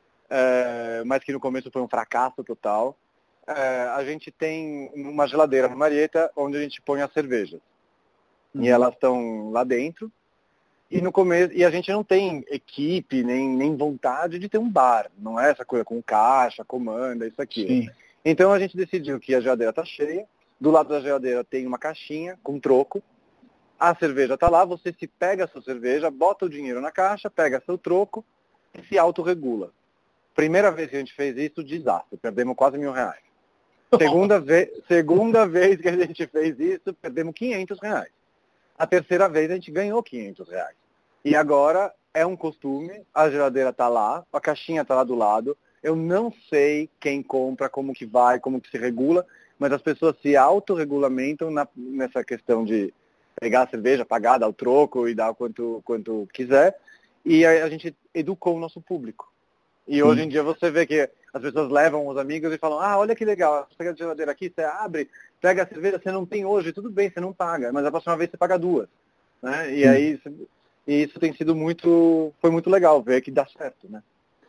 é, mas que no começo foi um fracasso total. É, a gente tem uma geladeira no Marieta onde a gente põe as cervejas. Uhum. E elas estão lá dentro. E no começo, e a gente não tem equipe, nem, nem vontade de ter um bar. Não é essa coisa com caixa, comanda, isso aqui. Sim. Então a gente decidiu que a geladeira está cheia. Do lado da geladeira tem uma caixinha com troco. A cerveja está lá, você se pega a sua cerveja, bota o dinheiro na caixa, pega seu troco e se autorregula. Primeira vez que a gente fez isso, desastre. Perdemos quase mil reais. Segunda, ve- segunda vez que a gente fez isso, perdemos quinhentos reais. A terceira vez a gente ganhou quinhentos reais. E agora é um costume, a geladeira está lá, a caixinha está lá do lado. Eu não sei quem compra, como que vai, como que se regula, mas as pessoas se autorregulamentam na, nessa questão de pegar a cerveja, pagar, dar o troco e dar quanto, quanto quiser. E a, a gente educou o nosso público. E Sim. hoje em dia você vê que as pessoas levam os amigos e falam, ah, olha que legal, você pega a geladeira aqui, você abre, pega a cerveja, você não tem hoje, tudo bem, você não paga, mas a próxima vez você paga duas. Né? E Sim. aí e isso tem sido muito, foi muito legal ver que dá certo, né?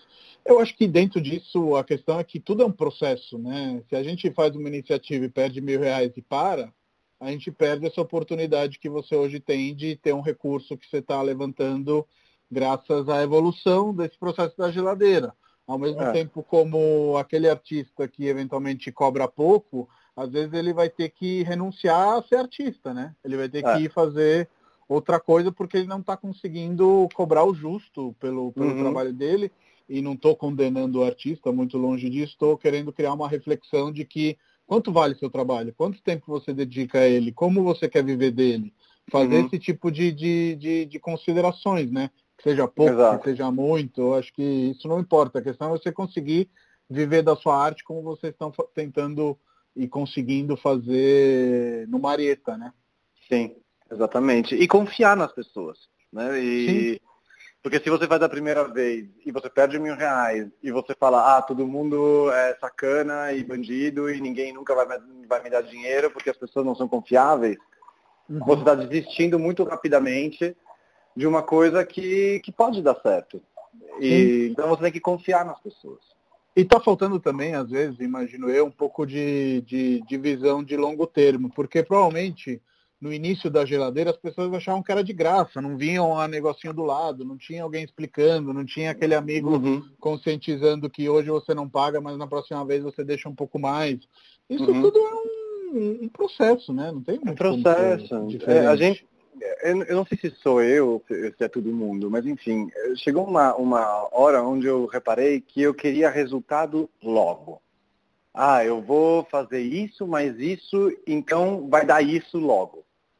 Eu acho que dentro disso a questão é que tudo é um processo, né? Se a gente faz uma iniciativa e perde mil reais e para, a gente perde essa oportunidade que você hoje tem de ter um recurso que você está levantando graças à evolução desse processo da geladeira. Ao mesmo É. tempo, como aquele artista que eventualmente cobra pouco, às vezes ele vai ter que renunciar a ser artista, né? Ele vai ter É. que fazer outra coisa porque ele não está conseguindo cobrar o justo pelo, pelo Uhum. trabalho dele. E não estou condenando o artista, muito longe disso, estou querendo criar uma reflexão de que quanto vale seu trabalho, quanto tempo você dedica a ele, como você quer viver dele, fazer Uhum. esse tipo de, de, de, de considerações, né? Que seja pouco, Exato. que seja muito, eu acho que isso não importa, a questão é você conseguir viver da sua arte como vocês estão tentando e conseguindo fazer no Marieta, né? Sim, exatamente. E confiar nas pessoas, né? E, Sim. Porque se você faz a primeira vez e você perde mil reais e você fala, ah, todo mundo é sacana e bandido e ninguém nunca vai, vai me dar dinheiro porque as pessoas não são confiáveis, uhum. Você está desistindo muito rapidamente de uma coisa que, que pode dar certo. E, então você tem que confiar nas pessoas. E está faltando também, às vezes, imagino eu, um pouco de, de, de visão de longo termo, porque provavelmente no início da geladeira as pessoas achavam que era de graça, não vinham a negocinho do lado, não tinha alguém explicando, não tinha aquele amigo uhum. conscientizando que hoje você não paga, mas na próxima vez você deixa um pouco mais. Isso uhum. tudo é um, um processo, né? Não tem muito é processo. diferente. É, a gente, eu não sei se sou eu ou se é todo mundo, mas enfim, chegou uma, uma hora onde eu reparei que eu queria resultado logo. Ah, eu vou fazer isso, mas isso, então vai dar isso logo.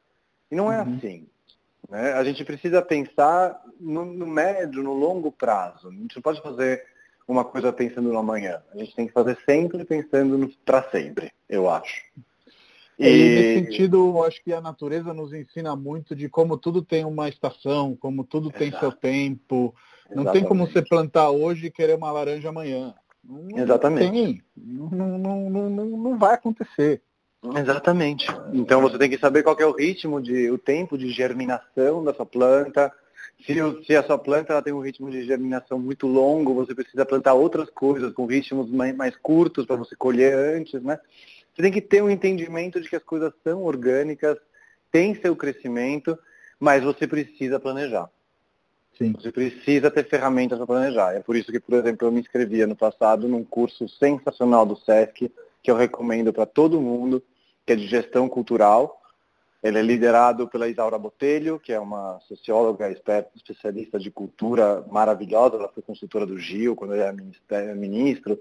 E não é uhum. assim. Né? A gente precisa pensar no, no médio, no longo prazo. A gente não pode fazer uma coisa pensando no amanhã. A gente tem que fazer sempre pensando para sempre, eu acho. E... e nesse sentido, eu acho que a natureza nos ensina muito de como tudo tem uma estação, como tudo Exato. tem seu tempo. Não Exatamente. tem como você plantar hoje e querer uma laranja amanhã. Não Exatamente. Tem. Não, não, não, não, não vai acontecer. Exatamente. Então você tem que saber qual que é o ritmo, de, o tempo de germinação da sua planta. Se, se a sua planta ela tem um ritmo de germinação muito longo, você precisa plantar outras coisas com ritmos mais, mais curtos para você colher antes, né? Você tem que ter um entendimento de que as coisas são orgânicas, têm seu crescimento, mas você precisa planejar. Sim. Você precisa ter ferramentas para planejar. É por isso que, por exemplo, eu me inscrevi ano passado num curso sensacional do SESC, que eu recomendo para todo mundo, que é de gestão cultural. Ele é liderado pela Isaura Botelho, que é uma socióloga especialista de cultura maravilhosa. Ela foi consultora do Gil, quando ele era ministro.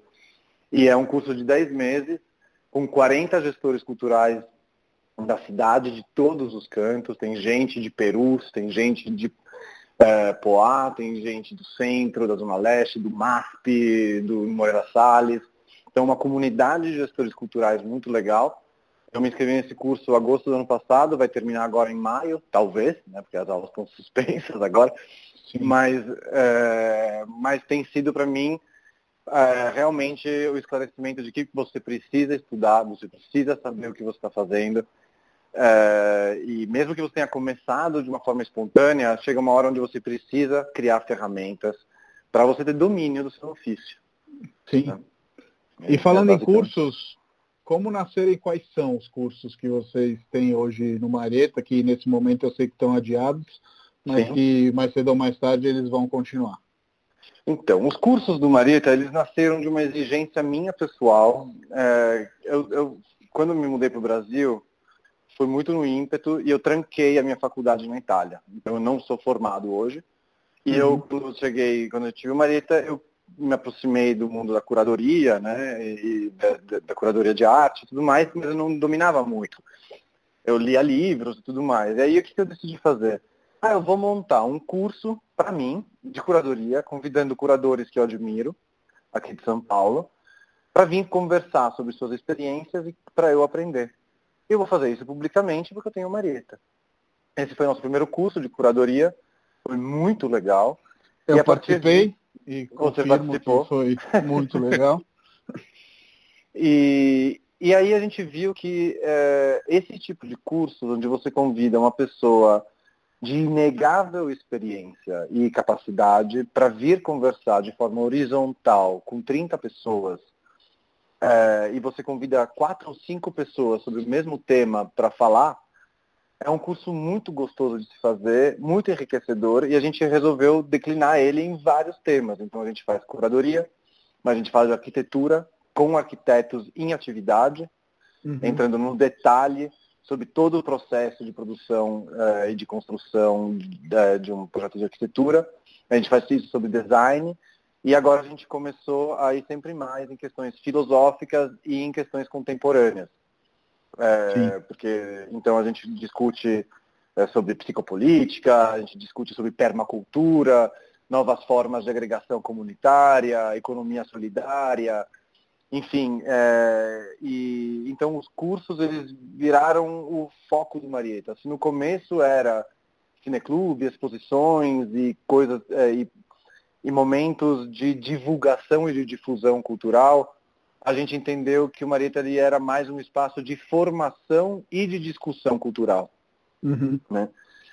E é um curso de dez meses, com quarenta gestores culturais da cidade, de todos os cantos. Tem gente de Perus, tem gente de é, Poá, tem gente do centro, da Zona Leste, do MASP, do Moreira Salles. Então, uma comunidade de gestores culturais muito legal. Eu me inscrevi nesse curso em agosto do ano passado, vai terminar agora em maio, talvez, né, porque as aulas estão suspensas agora, mas, é, mas tem sido para mim é, realmente o esclarecimento de que você precisa estudar, você precisa saber o que você está fazendo, é, e mesmo que você tenha começado de uma forma espontânea, chega uma hora onde você precisa criar ferramentas para você ter domínio do seu ofício. Sim. Né? E falando é, em cursos, como nasceram e quais são os cursos que vocês têm hoje no Marieta, que nesse momento eu sei que estão adiados, mas Sim. que mais cedo ou mais tarde eles vão continuar? Então, os cursos do Marieta, eles nasceram de uma exigência minha pessoal. É, eu, eu, quando eu me mudei para o Brasil, foi muito no ímpeto e eu tranquei a minha faculdade na Itália. Então, eu não sou formado hoje. E uhum. eu, quando eu cheguei, quando eu tive o Marieta, eu me aproximei do mundo da curadoria, né, e da, da curadoria de arte e tudo mais, mas eu não dominava muito. Eu lia livros e tudo mais. E aí, o que eu decidi fazer? Ah, eu vou montar um curso para mim, de curadoria, convidando curadores que eu admiro, aqui de São Paulo, para vir conversar sobre suas experiências e para eu aprender. Eu vou fazer isso publicamente porque eu tenho o Marieta. Esse foi o nosso primeiro curso de curadoria, foi muito legal. Eu e a participei. De... E você participou. Foi muito legal. e, e aí a gente viu que é, esse tipo de curso, onde você convida uma pessoa de inegável experiência e capacidade para vir conversar de forma horizontal com trinta pessoas, é, e você convida quatro ou cinco pessoas sobre o mesmo tema para falar, é um curso muito gostoso de se fazer, muito enriquecedor, e a gente resolveu declinar ele em vários temas. Então a gente faz curadoria, mas a gente faz arquitetura com arquitetos em atividade, uhum. entrando no detalhe sobre todo o processo de produção uh, e de construção de, de um projeto de arquitetura. A gente faz isso sobre design, e agora a gente começou a ir sempre mais em questões filosóficas e em questões contemporâneas. É, porque então a gente discute é, sobre psicopolítica, a gente discute sobre permacultura, novas formas de agregação comunitária, economia solidária, enfim, é, e então os cursos eles viraram o foco do Marieta. Se no começo era cineclube, exposições e coisas é, e, e momentos de divulgação e de difusão cultural, a gente entendeu que o Marieta ali era mais um espaço de formação e de discussão cultural. Uhum. Né?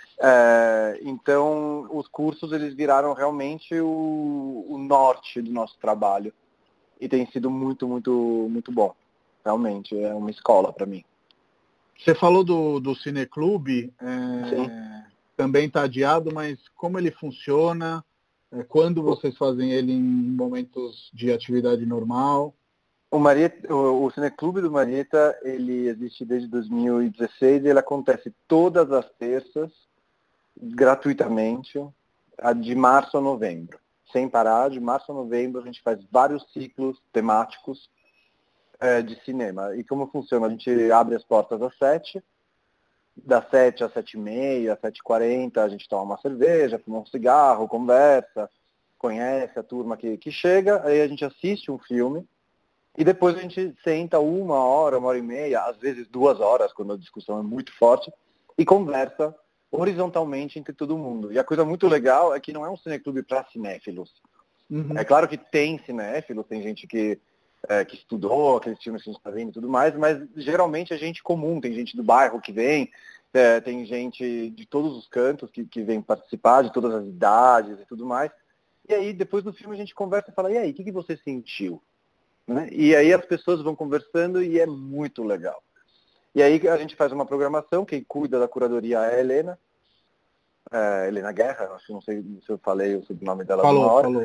É, então, os cursos eles viraram realmente o, o norte do nosso trabalho e tem sido muito, muito, muito bom. Realmente, é uma escola para mim. Você falou do, do Cineclube, Sim. é, também está adiado, mas como ele funciona? É, quando vocês fazem ele em momentos de atividade normal? O, Marieta, o, o Cineclube do Marieta, ele existe desde dois mil e dezesseis e ele acontece todas as terças, gratuitamente, de março a novembro. Sem parar, de março a novembro a gente faz vários ciclos temáticos é, de cinema. E como funciona? A gente abre as portas às sete, das sete às sete e meia, às sete e quarenta, a gente toma uma cerveja, fuma um cigarro, conversa, conhece a turma que, que chega, aí a gente assiste um filme, e depois a gente senta uma hora, uma hora e meia, às vezes duas horas, quando a discussão é muito forte, e conversa horizontalmente entre todo mundo. E a coisa muito legal é que não é um cineclube para cinéfilos. Uhum. É claro que tem cinéfilos, tem gente que, é, que estudou aqueles filmes que a gente está vendo e tudo mais, mas geralmente é gente comum, tem gente do bairro que vem, é, tem gente de todos os cantos que, que vem participar, de todas as idades e tudo mais. E aí, depois do filme, a gente conversa e fala, e aí, o que, que você sentiu? Né? E aí as pessoas vão conversando e é muito legal. E aí a gente faz uma programação, quem cuida da curadoria é a Helena, é, Helena Guerra, acho que não sei se eu falei o sobrenome dela Falou, uma hora. falou.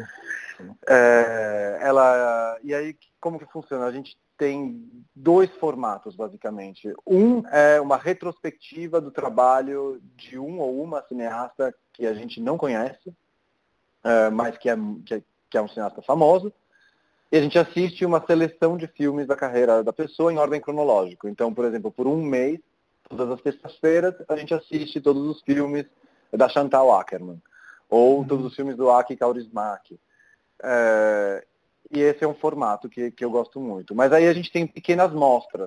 É, ela, e aí como que funciona? A gente tem dois formatos, basicamente. Um é uma retrospectiva do trabalho de um ou uma cineasta que a gente não conhece, é, mas que é, que, é, que é um cineasta famoso. E a gente assiste uma seleção de filmes da carreira da pessoa em ordem cronológica. Então, por exemplo, por um mês, todas as terças-feiras, a gente assiste todos os filmes da Chantal Akerman, ou uhum. todos os filmes do Aki Kaurismäki. É, e esse é um formato que, que eu gosto muito. Mas aí a gente tem pequenas mostras.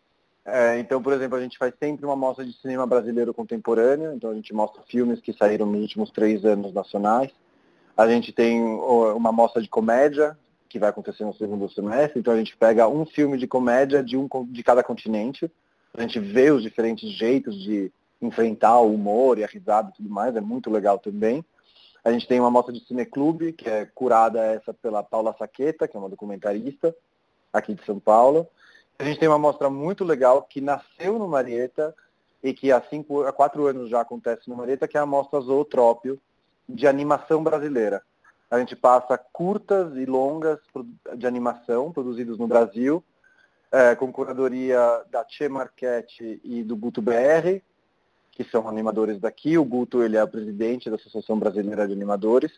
É, então, por exemplo, a gente faz sempre uma mostra de cinema brasileiro contemporâneo. Então, a gente mostra filmes que saíram nos últimos três anos nacionais. A gente tem uma mostra de comédia, que vai acontecer no segundo semestre. Então, a gente pega um filme de comédia de, um, de cada continente. A gente vê os diferentes jeitos de enfrentar o humor e a risada e tudo mais. É muito legal também. A gente tem uma mostra de cineclube, que é curada essa pela Paula Saqueta, que é uma documentarista aqui de São Paulo. A gente tem uma mostra muito legal que nasceu no Marieta e que há, cinco, há quatro anos já acontece no Marieta, que é a mostra Zootrópio, de animação brasileira. A gente passa curtas e longas de animação produzidos no Brasil, é, com curadoria da Tchê Marchetti e do Guto B R, que são animadores daqui. O Guto, ele é o presidente da Associação Brasileira de Animadores.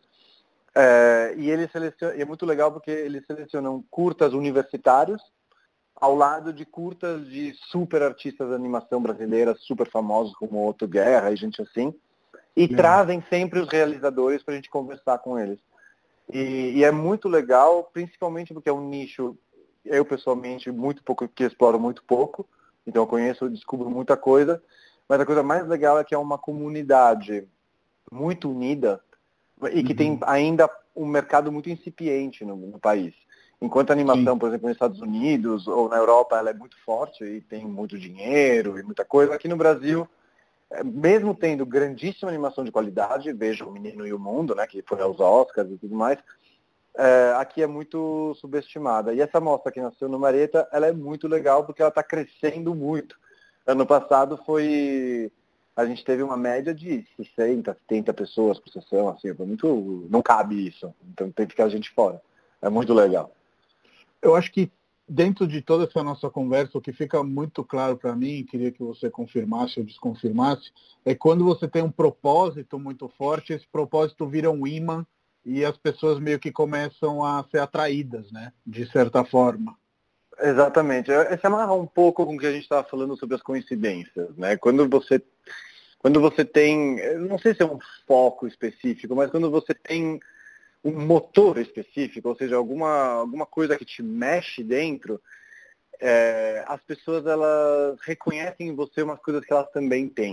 É, e ele seleciona, e é muito legal porque eles selecionam curtas universitários ao lado de curtas de super artistas de animação brasileira, super famosos como Otto Guerra e gente assim, e é. trazem sempre os realizadores para a gente conversar com eles. E, e é muito legal, principalmente porque é um nicho, eu pessoalmente, muito pouco, que exploro muito pouco, então eu conheço, eu descubro muita coisa, mas a coisa mais legal é que é uma comunidade muito unida e que uhum. tem ainda um mercado muito incipiente no, no país. Enquanto a animação, Sim. por exemplo, nos Estados Unidos ou na Europa, ela é muito forte e tem muito dinheiro e muita coisa, aqui no Brasil, mesmo tendo grandíssima animação de qualidade, veja O Menino e o Mundo, né, que foi aos Oscars e tudo mais, é, aqui é muito subestimada. E essa mostra que nasceu no Marieta, ela é muito legal porque ela está crescendo muito. Ano passado foi... A gente teve uma média de sessenta, setenta pessoas por sessão, assim, foi muito... Não cabe isso, então tem que ficar a gente fora. É muito legal. Eu acho que dentro de toda essa nossa conversa, o que fica muito claro para mim, queria que você confirmasse ou desconfirmasse, é quando você tem um propósito muito forte, esse propósito vira um imã e as pessoas meio que começam a ser atraídas, né? De certa forma. Exatamente. Esse amarra um pouco com o que a gente estava falando sobre as coincidências, né? Quando você, quando você tem, não sei se é um foco específico, mas quando você tem um motor específico, ou seja, alguma, alguma coisa que te mexe dentro, é, as pessoas elas reconhecem em você umas coisas que elas também têm.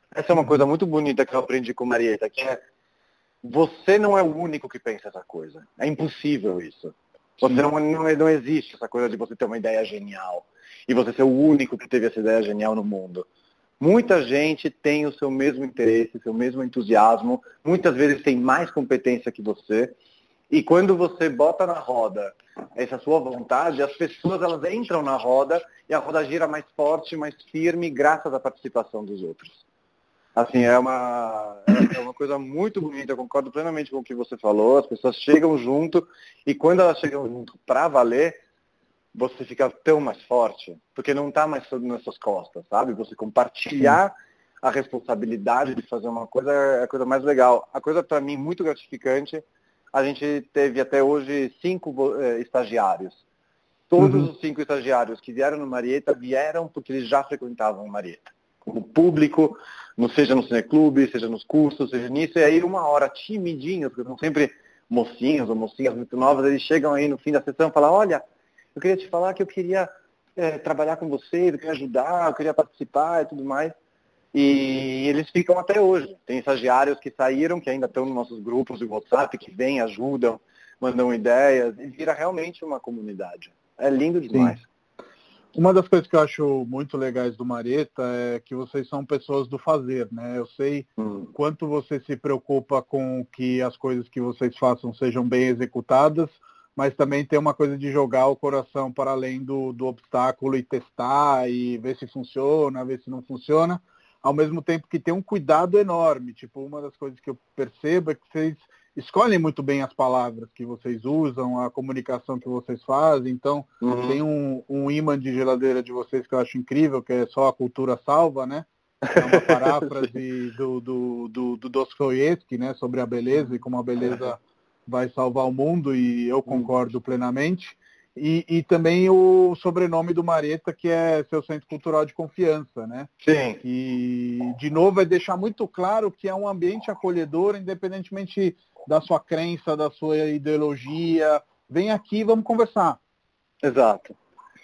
Essa é uma coisa muito bonita que eu aprendi com Marieta, que é você não é o único que pensa essa coisa. É impossível isso. Você não, não, não existe essa coisa de você ter uma ideia genial e você ser o único que teve essa ideia genial no mundo. Muita gente tem o seu mesmo interesse, o seu mesmo entusiasmo, muitas vezes tem mais competência que você, e quando você bota na roda essa sua vontade, as pessoas elas entram na roda e a roda gira mais forte, mais firme, graças à participação dos outros. Assim, é uma, é uma coisa muito bonita, eu concordo plenamente com o que você falou, as pessoas chegam junto, e quando elas chegam junto para valer, você fica tão mais forte, porque não está mais tudo nas suas costas, sabe? Você compartilhar a responsabilidade de fazer uma coisa é a coisa mais legal. A coisa, para mim, muito gratificante, a gente teve até hoje cinco eh, estagiários. Todos uhum. os cinco estagiários que vieram no Marieta vieram porque eles já frequentavam o Marieta. Como público, não seja no cineclube, seja nos cursos, seja nisso, e aí uma hora timidinhos, porque são sempre mocinhos ou mocinhas muito novas, eles chegam aí no fim da sessão e falam, olha, eu queria te falar que eu queria é, trabalhar com vocês, eu queria ajudar, eu queria participar e tudo mais. E eles ficam até hoje. Tem estagiários que saíram, que ainda estão nos nossos grupos de WhatsApp, que vêm, ajudam, mandam ideias, e vira realmente uma comunidade. É lindo demais. Sim. Uma das coisas que eu acho muito legais do Marieta é que vocês são pessoas do fazer, né? Eu sei hum. quanto você se preocupa com que as coisas que vocês façam sejam bem executadas, mas também tem uma coisa de jogar o coração para além do, do obstáculo e testar e ver se funciona, ver se não funciona, ao mesmo tempo que tem um cuidado enorme. Tipo, uma das coisas que eu percebo é que vocês escolhem muito bem as palavras que vocês usam, a comunicação que vocês fazem. Então, uhum. tem um, um imã de geladeira de vocês que eu acho incrível, que é só a cultura salva, né? É uma paráfrase do, do, do, do Dostoiévski, né? Sobre a beleza e como a beleza vai salvar o mundo, e eu concordo plenamente. E, e também o sobrenome do Marieta, que é seu centro cultural de confiança, né? Sim. E, de novo, é deixar muito claro que é um ambiente acolhedor, independentemente da sua crença, da sua ideologia. Vem aqui, vamos conversar. Exato.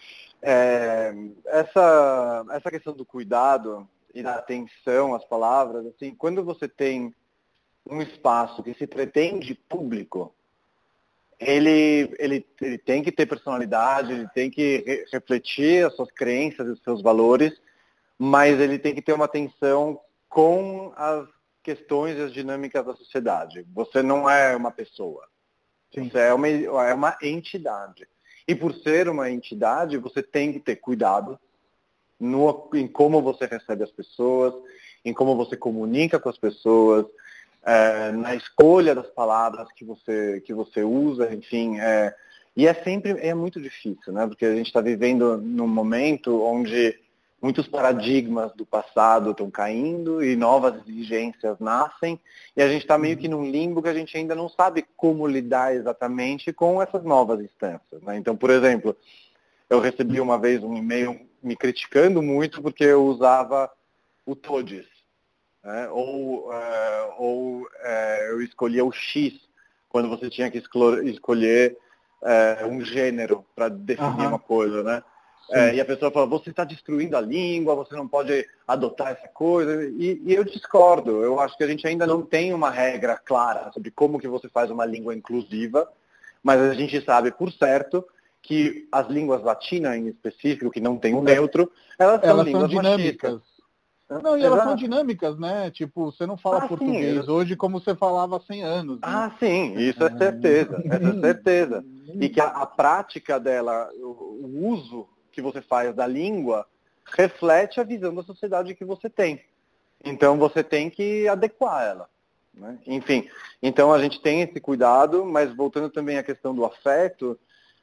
É, essa, essa questão do cuidado e da atenção às palavras, assim, quando você tem um espaço que se pretende público, ele, ele, ele tem que ter personalidade, ele tem que re- refletir as suas crenças e os seus valores, mas ele tem que ter uma atenção com as questões e as dinâmicas da sociedade. Você não é uma pessoa. Sim. Você é uma, é uma entidade. E por ser uma entidade, você tem que ter cuidado no, em como você recebe as pessoas, em como você comunica com as pessoas, É, na escolha das palavras que você, que você usa, enfim. É, e é sempre, é muito difícil, né? Porque a gente está vivendo num momento onde muitos paradigmas do passado estão caindo e novas exigências nascem, e a gente está meio que num limbo que a gente ainda não sabe como lidar exatamente com essas novas instâncias, né? Então, por exemplo, eu recebi uma vez um e-mail me criticando muito porque eu usava o todes. É, ou é, ou é, eu escolhia o X quando você tinha que escolher, escolher é, um gênero para definir uhum. uma coisa, né? É, e a pessoa fala, você está destruindo a língua, você não pode adotar essa coisa. E, e eu discordo. Eu acho que a gente ainda não tem uma regra clara sobre como que você faz uma língua inclusiva, mas a gente sabe, por certo, que as línguas latinas, em específico, que não tem um neutro, elas são elas línguas são dinâmicas. machistas. Não, e elas Exato. São dinâmicas, né? Tipo, você não fala ah, português sim. hoje como você falava há cem anos. Né? Ah, sim, isso é certeza, essa é certeza. E que a, a prática dela, o, o uso que você faz da língua, reflete a visão da sociedade que você tem. Então, você tem que adequar ela. Né? Enfim, então a gente tem esse cuidado, mas voltando também à questão do afeto,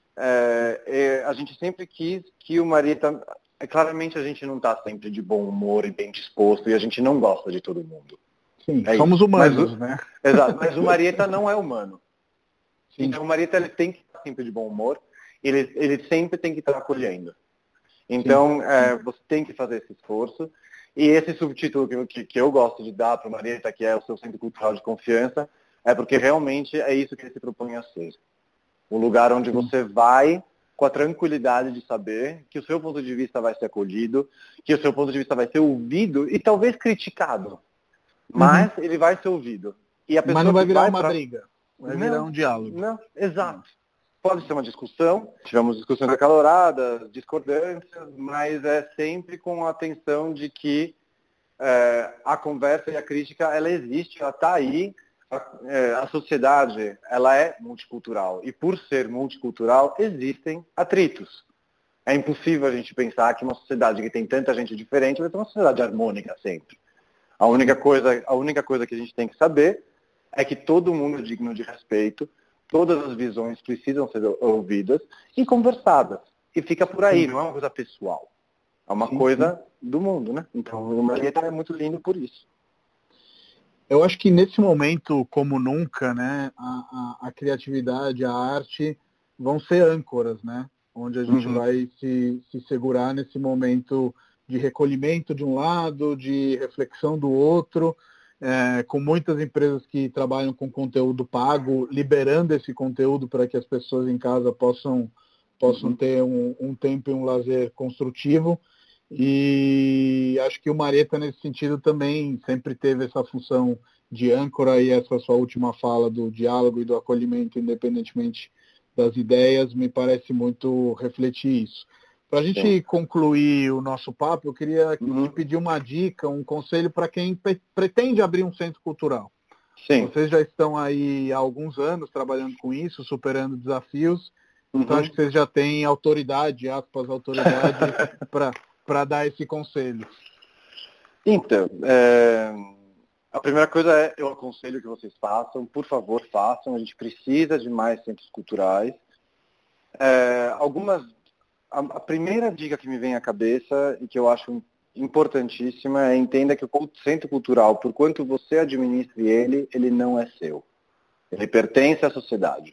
é, é, a gente sempre quis que o Marieta... É, claramente a gente não está sempre de bom humor e bem disposto, e a gente não gosta de todo mundo. Sim, é somos isso. humanos, mas o, né? Exato, mas o Marieta não é humano. Sim. Então o Marieta ele tem que estar sempre de bom humor, ele, ele sempre tem que estar acolhendo. Então é, você tem que fazer esse esforço, e esse subtítulo que, que, que eu gosto de dar para o Marieta, que é o seu centro cultural de confiança, é porque realmente é isso que ele se propõe a ser. Um lugar onde Sim. você vai com a tranquilidade de saber que o seu ponto de vista vai ser acolhido, que o seu ponto de vista vai ser ouvido e talvez criticado, mas uhum. ele vai ser ouvido. E a pessoa mas não vai virar vai uma pra... briga, vai não, virar um diálogo. Não, exato. Pode ser uma discussão, tivemos discussões acaloradas, discordâncias, mas é sempre com a atenção de que é, a conversa e a crítica, ela existe, ela está aí. A, é, a sociedade, ela é multicultural. E por ser multicultural, existem atritos. É impossível a gente pensar que uma sociedade que tem tanta gente diferente vai ter uma sociedade harmônica sempre. A única coisa, a única coisa que a gente tem que saber é que todo mundo é digno de respeito, todas as visões precisam ser ouvidas e conversadas. E fica por aí, não é uma coisa pessoal. É uma sim, coisa sim. do mundo, né? Então, o Marieta é muito lindo por isso. Eu acho que nesse momento, como nunca, né, a, a, a criatividade, a arte vão ser âncoras, né? Onde a gente uhum. vai se, se segurar nesse momento de recolhimento de um lado, de reflexão do outro, É, com muitas empresas que trabalham com conteúdo pago, liberando esse conteúdo para que as pessoas em casa possam, possam uhum. ter um, um tempo e um lazer construtivo. E acho que o Marieta, nesse sentido, também sempre teve essa função de âncora, e essa sua última fala do diálogo e do acolhimento, independentemente das ideias, me parece muito refletir isso. Para a gente Sim. concluir o nosso papo, eu queria uhum. te pedir uma dica, um conselho para quem pre- pretende abrir um centro cultural. Sim. Vocês já estão aí há alguns anos trabalhando com isso, superando desafios, uhum. então acho que vocês já têm autoridade, aspas, autoridade, para dar esse conselho. Então, é... a primeira coisa é, eu aconselho que vocês façam, por favor, façam, a gente precisa de mais centros culturais. É... Algumas A primeira dica que me vem à cabeça e que eu acho importantíssima é entenda que o centro cultural, por quanto você administre ele, ele não é seu. Ele pertence à sociedade.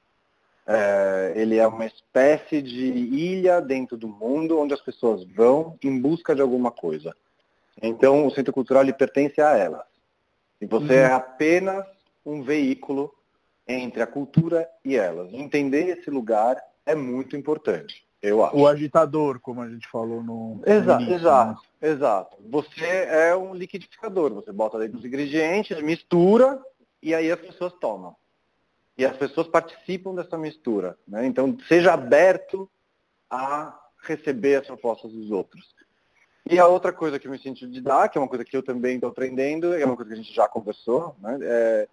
É, ele é uma espécie de ilha dentro do mundo onde as pessoas vão em busca de alguma coisa. Então, o centro cultural ele pertence a elas. E você uhum. é apenas um veículo entre a cultura e elas. Entender esse lugar é muito importante. Eu acho. O agitador, como a gente falou no, Exato, no início. Exato, né? exato. Você é um liquidificador, você bota dentro os ingredientes, mistura e aí as pessoas tomam. E as pessoas participam dessa mistura. Né? Então, seja aberto a receber as propostas dos outros. E a outra coisa que eu me sinto de dar, que é uma coisa que eu também estou aprendendo, é uma coisa que a gente já conversou, né? é,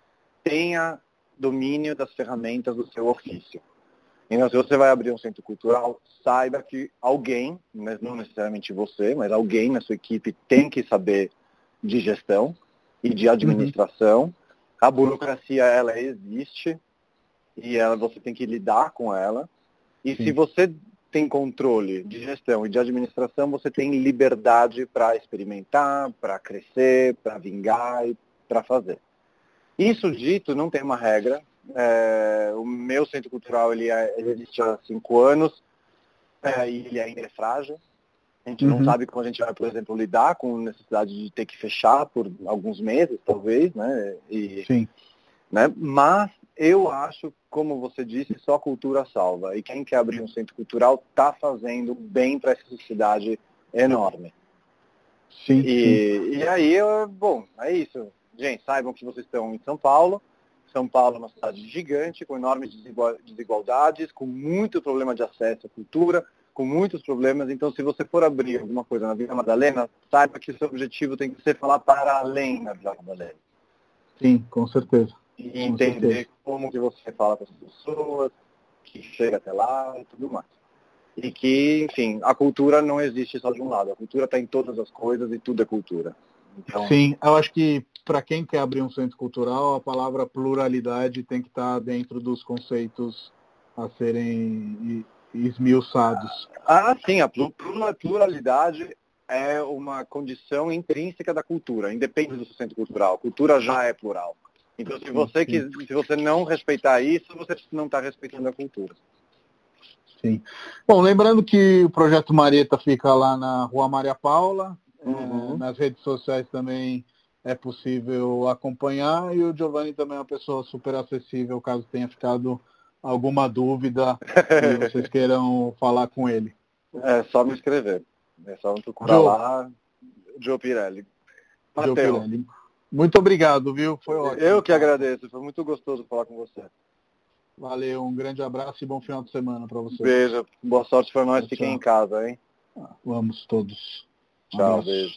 tenha domínio das ferramentas do seu ofício. Então, se você vai abrir um centro cultural, saiba que alguém, mas não necessariamente você, mas alguém na sua equipe tem que saber de gestão e de administração. Uhum. A burocracia, ela existe e ela, você tem que lidar com ela. E Sim. se você tem controle de gestão e de administração, você tem liberdade para experimentar, para crescer, para vingar e para fazer. Isso dito, não tem uma regra. É, o meu centro cultural ele, é, ele existe há cinco anos é, e ele ainda é frágil. A gente uhum. não sabe como a gente vai, por exemplo, lidar com a necessidade de ter que fechar por alguns meses, talvez, né? E, Sim. Né? Mas eu acho, como você disse, só a cultura salva. E quem quer abrir um centro cultural está fazendo bem para essa sociedade enorme. Sim, e, sim. e aí, bom, é isso. Gente, saibam que vocês estão em São Paulo. São Paulo é uma cidade gigante, com enormes desigualdades, com muito problema de acesso à cultura, com muitos problemas. Então, se você for abrir alguma coisa na Vila Madalena, saiba que o seu objetivo tem que ser falar para além da Vila Madalena. Sim, com certeza. E com entender certeza. como que você fala com as pessoas, que chega até lá e tudo mais. E que, enfim, a cultura não existe só de um lado. A cultura está em todas as coisas e tudo é cultura. Então... Sim, eu acho que para quem quer abrir um centro cultural, a palavra pluralidade tem que estar dentro dos conceitos a serem esmiuçados. Ah, sim, a pluralidade é uma condição intrínseca da cultura, independe do seu centro cultural. A cultura já é plural. Então, se você, sim, sim. Quis, se você não respeitar isso, você não está respeitando a cultura. Sim. Bom, lembrando que o Projeto Marieta fica lá na Rua Maria Paula, uhum. é, nas redes sociais também é possível acompanhar, e o Giovanni também é uma pessoa super acessível, caso tenha ficado alguma dúvida e vocês queiram falar com ele. É só me escrever. É só me procurar Joe. lá. Joe Pirelli. Joe Mateu. Pirelli. Muito obrigado, viu? Foi ótimo. Eu que agradeço. Foi muito gostoso falar com você. Valeu, um grande abraço e bom final de semana para você. Beijo. Boa sorte para nós. Tchau, Fiquem tchau. em casa, hein? Vamos todos. Um Tchau, abraço. beijo.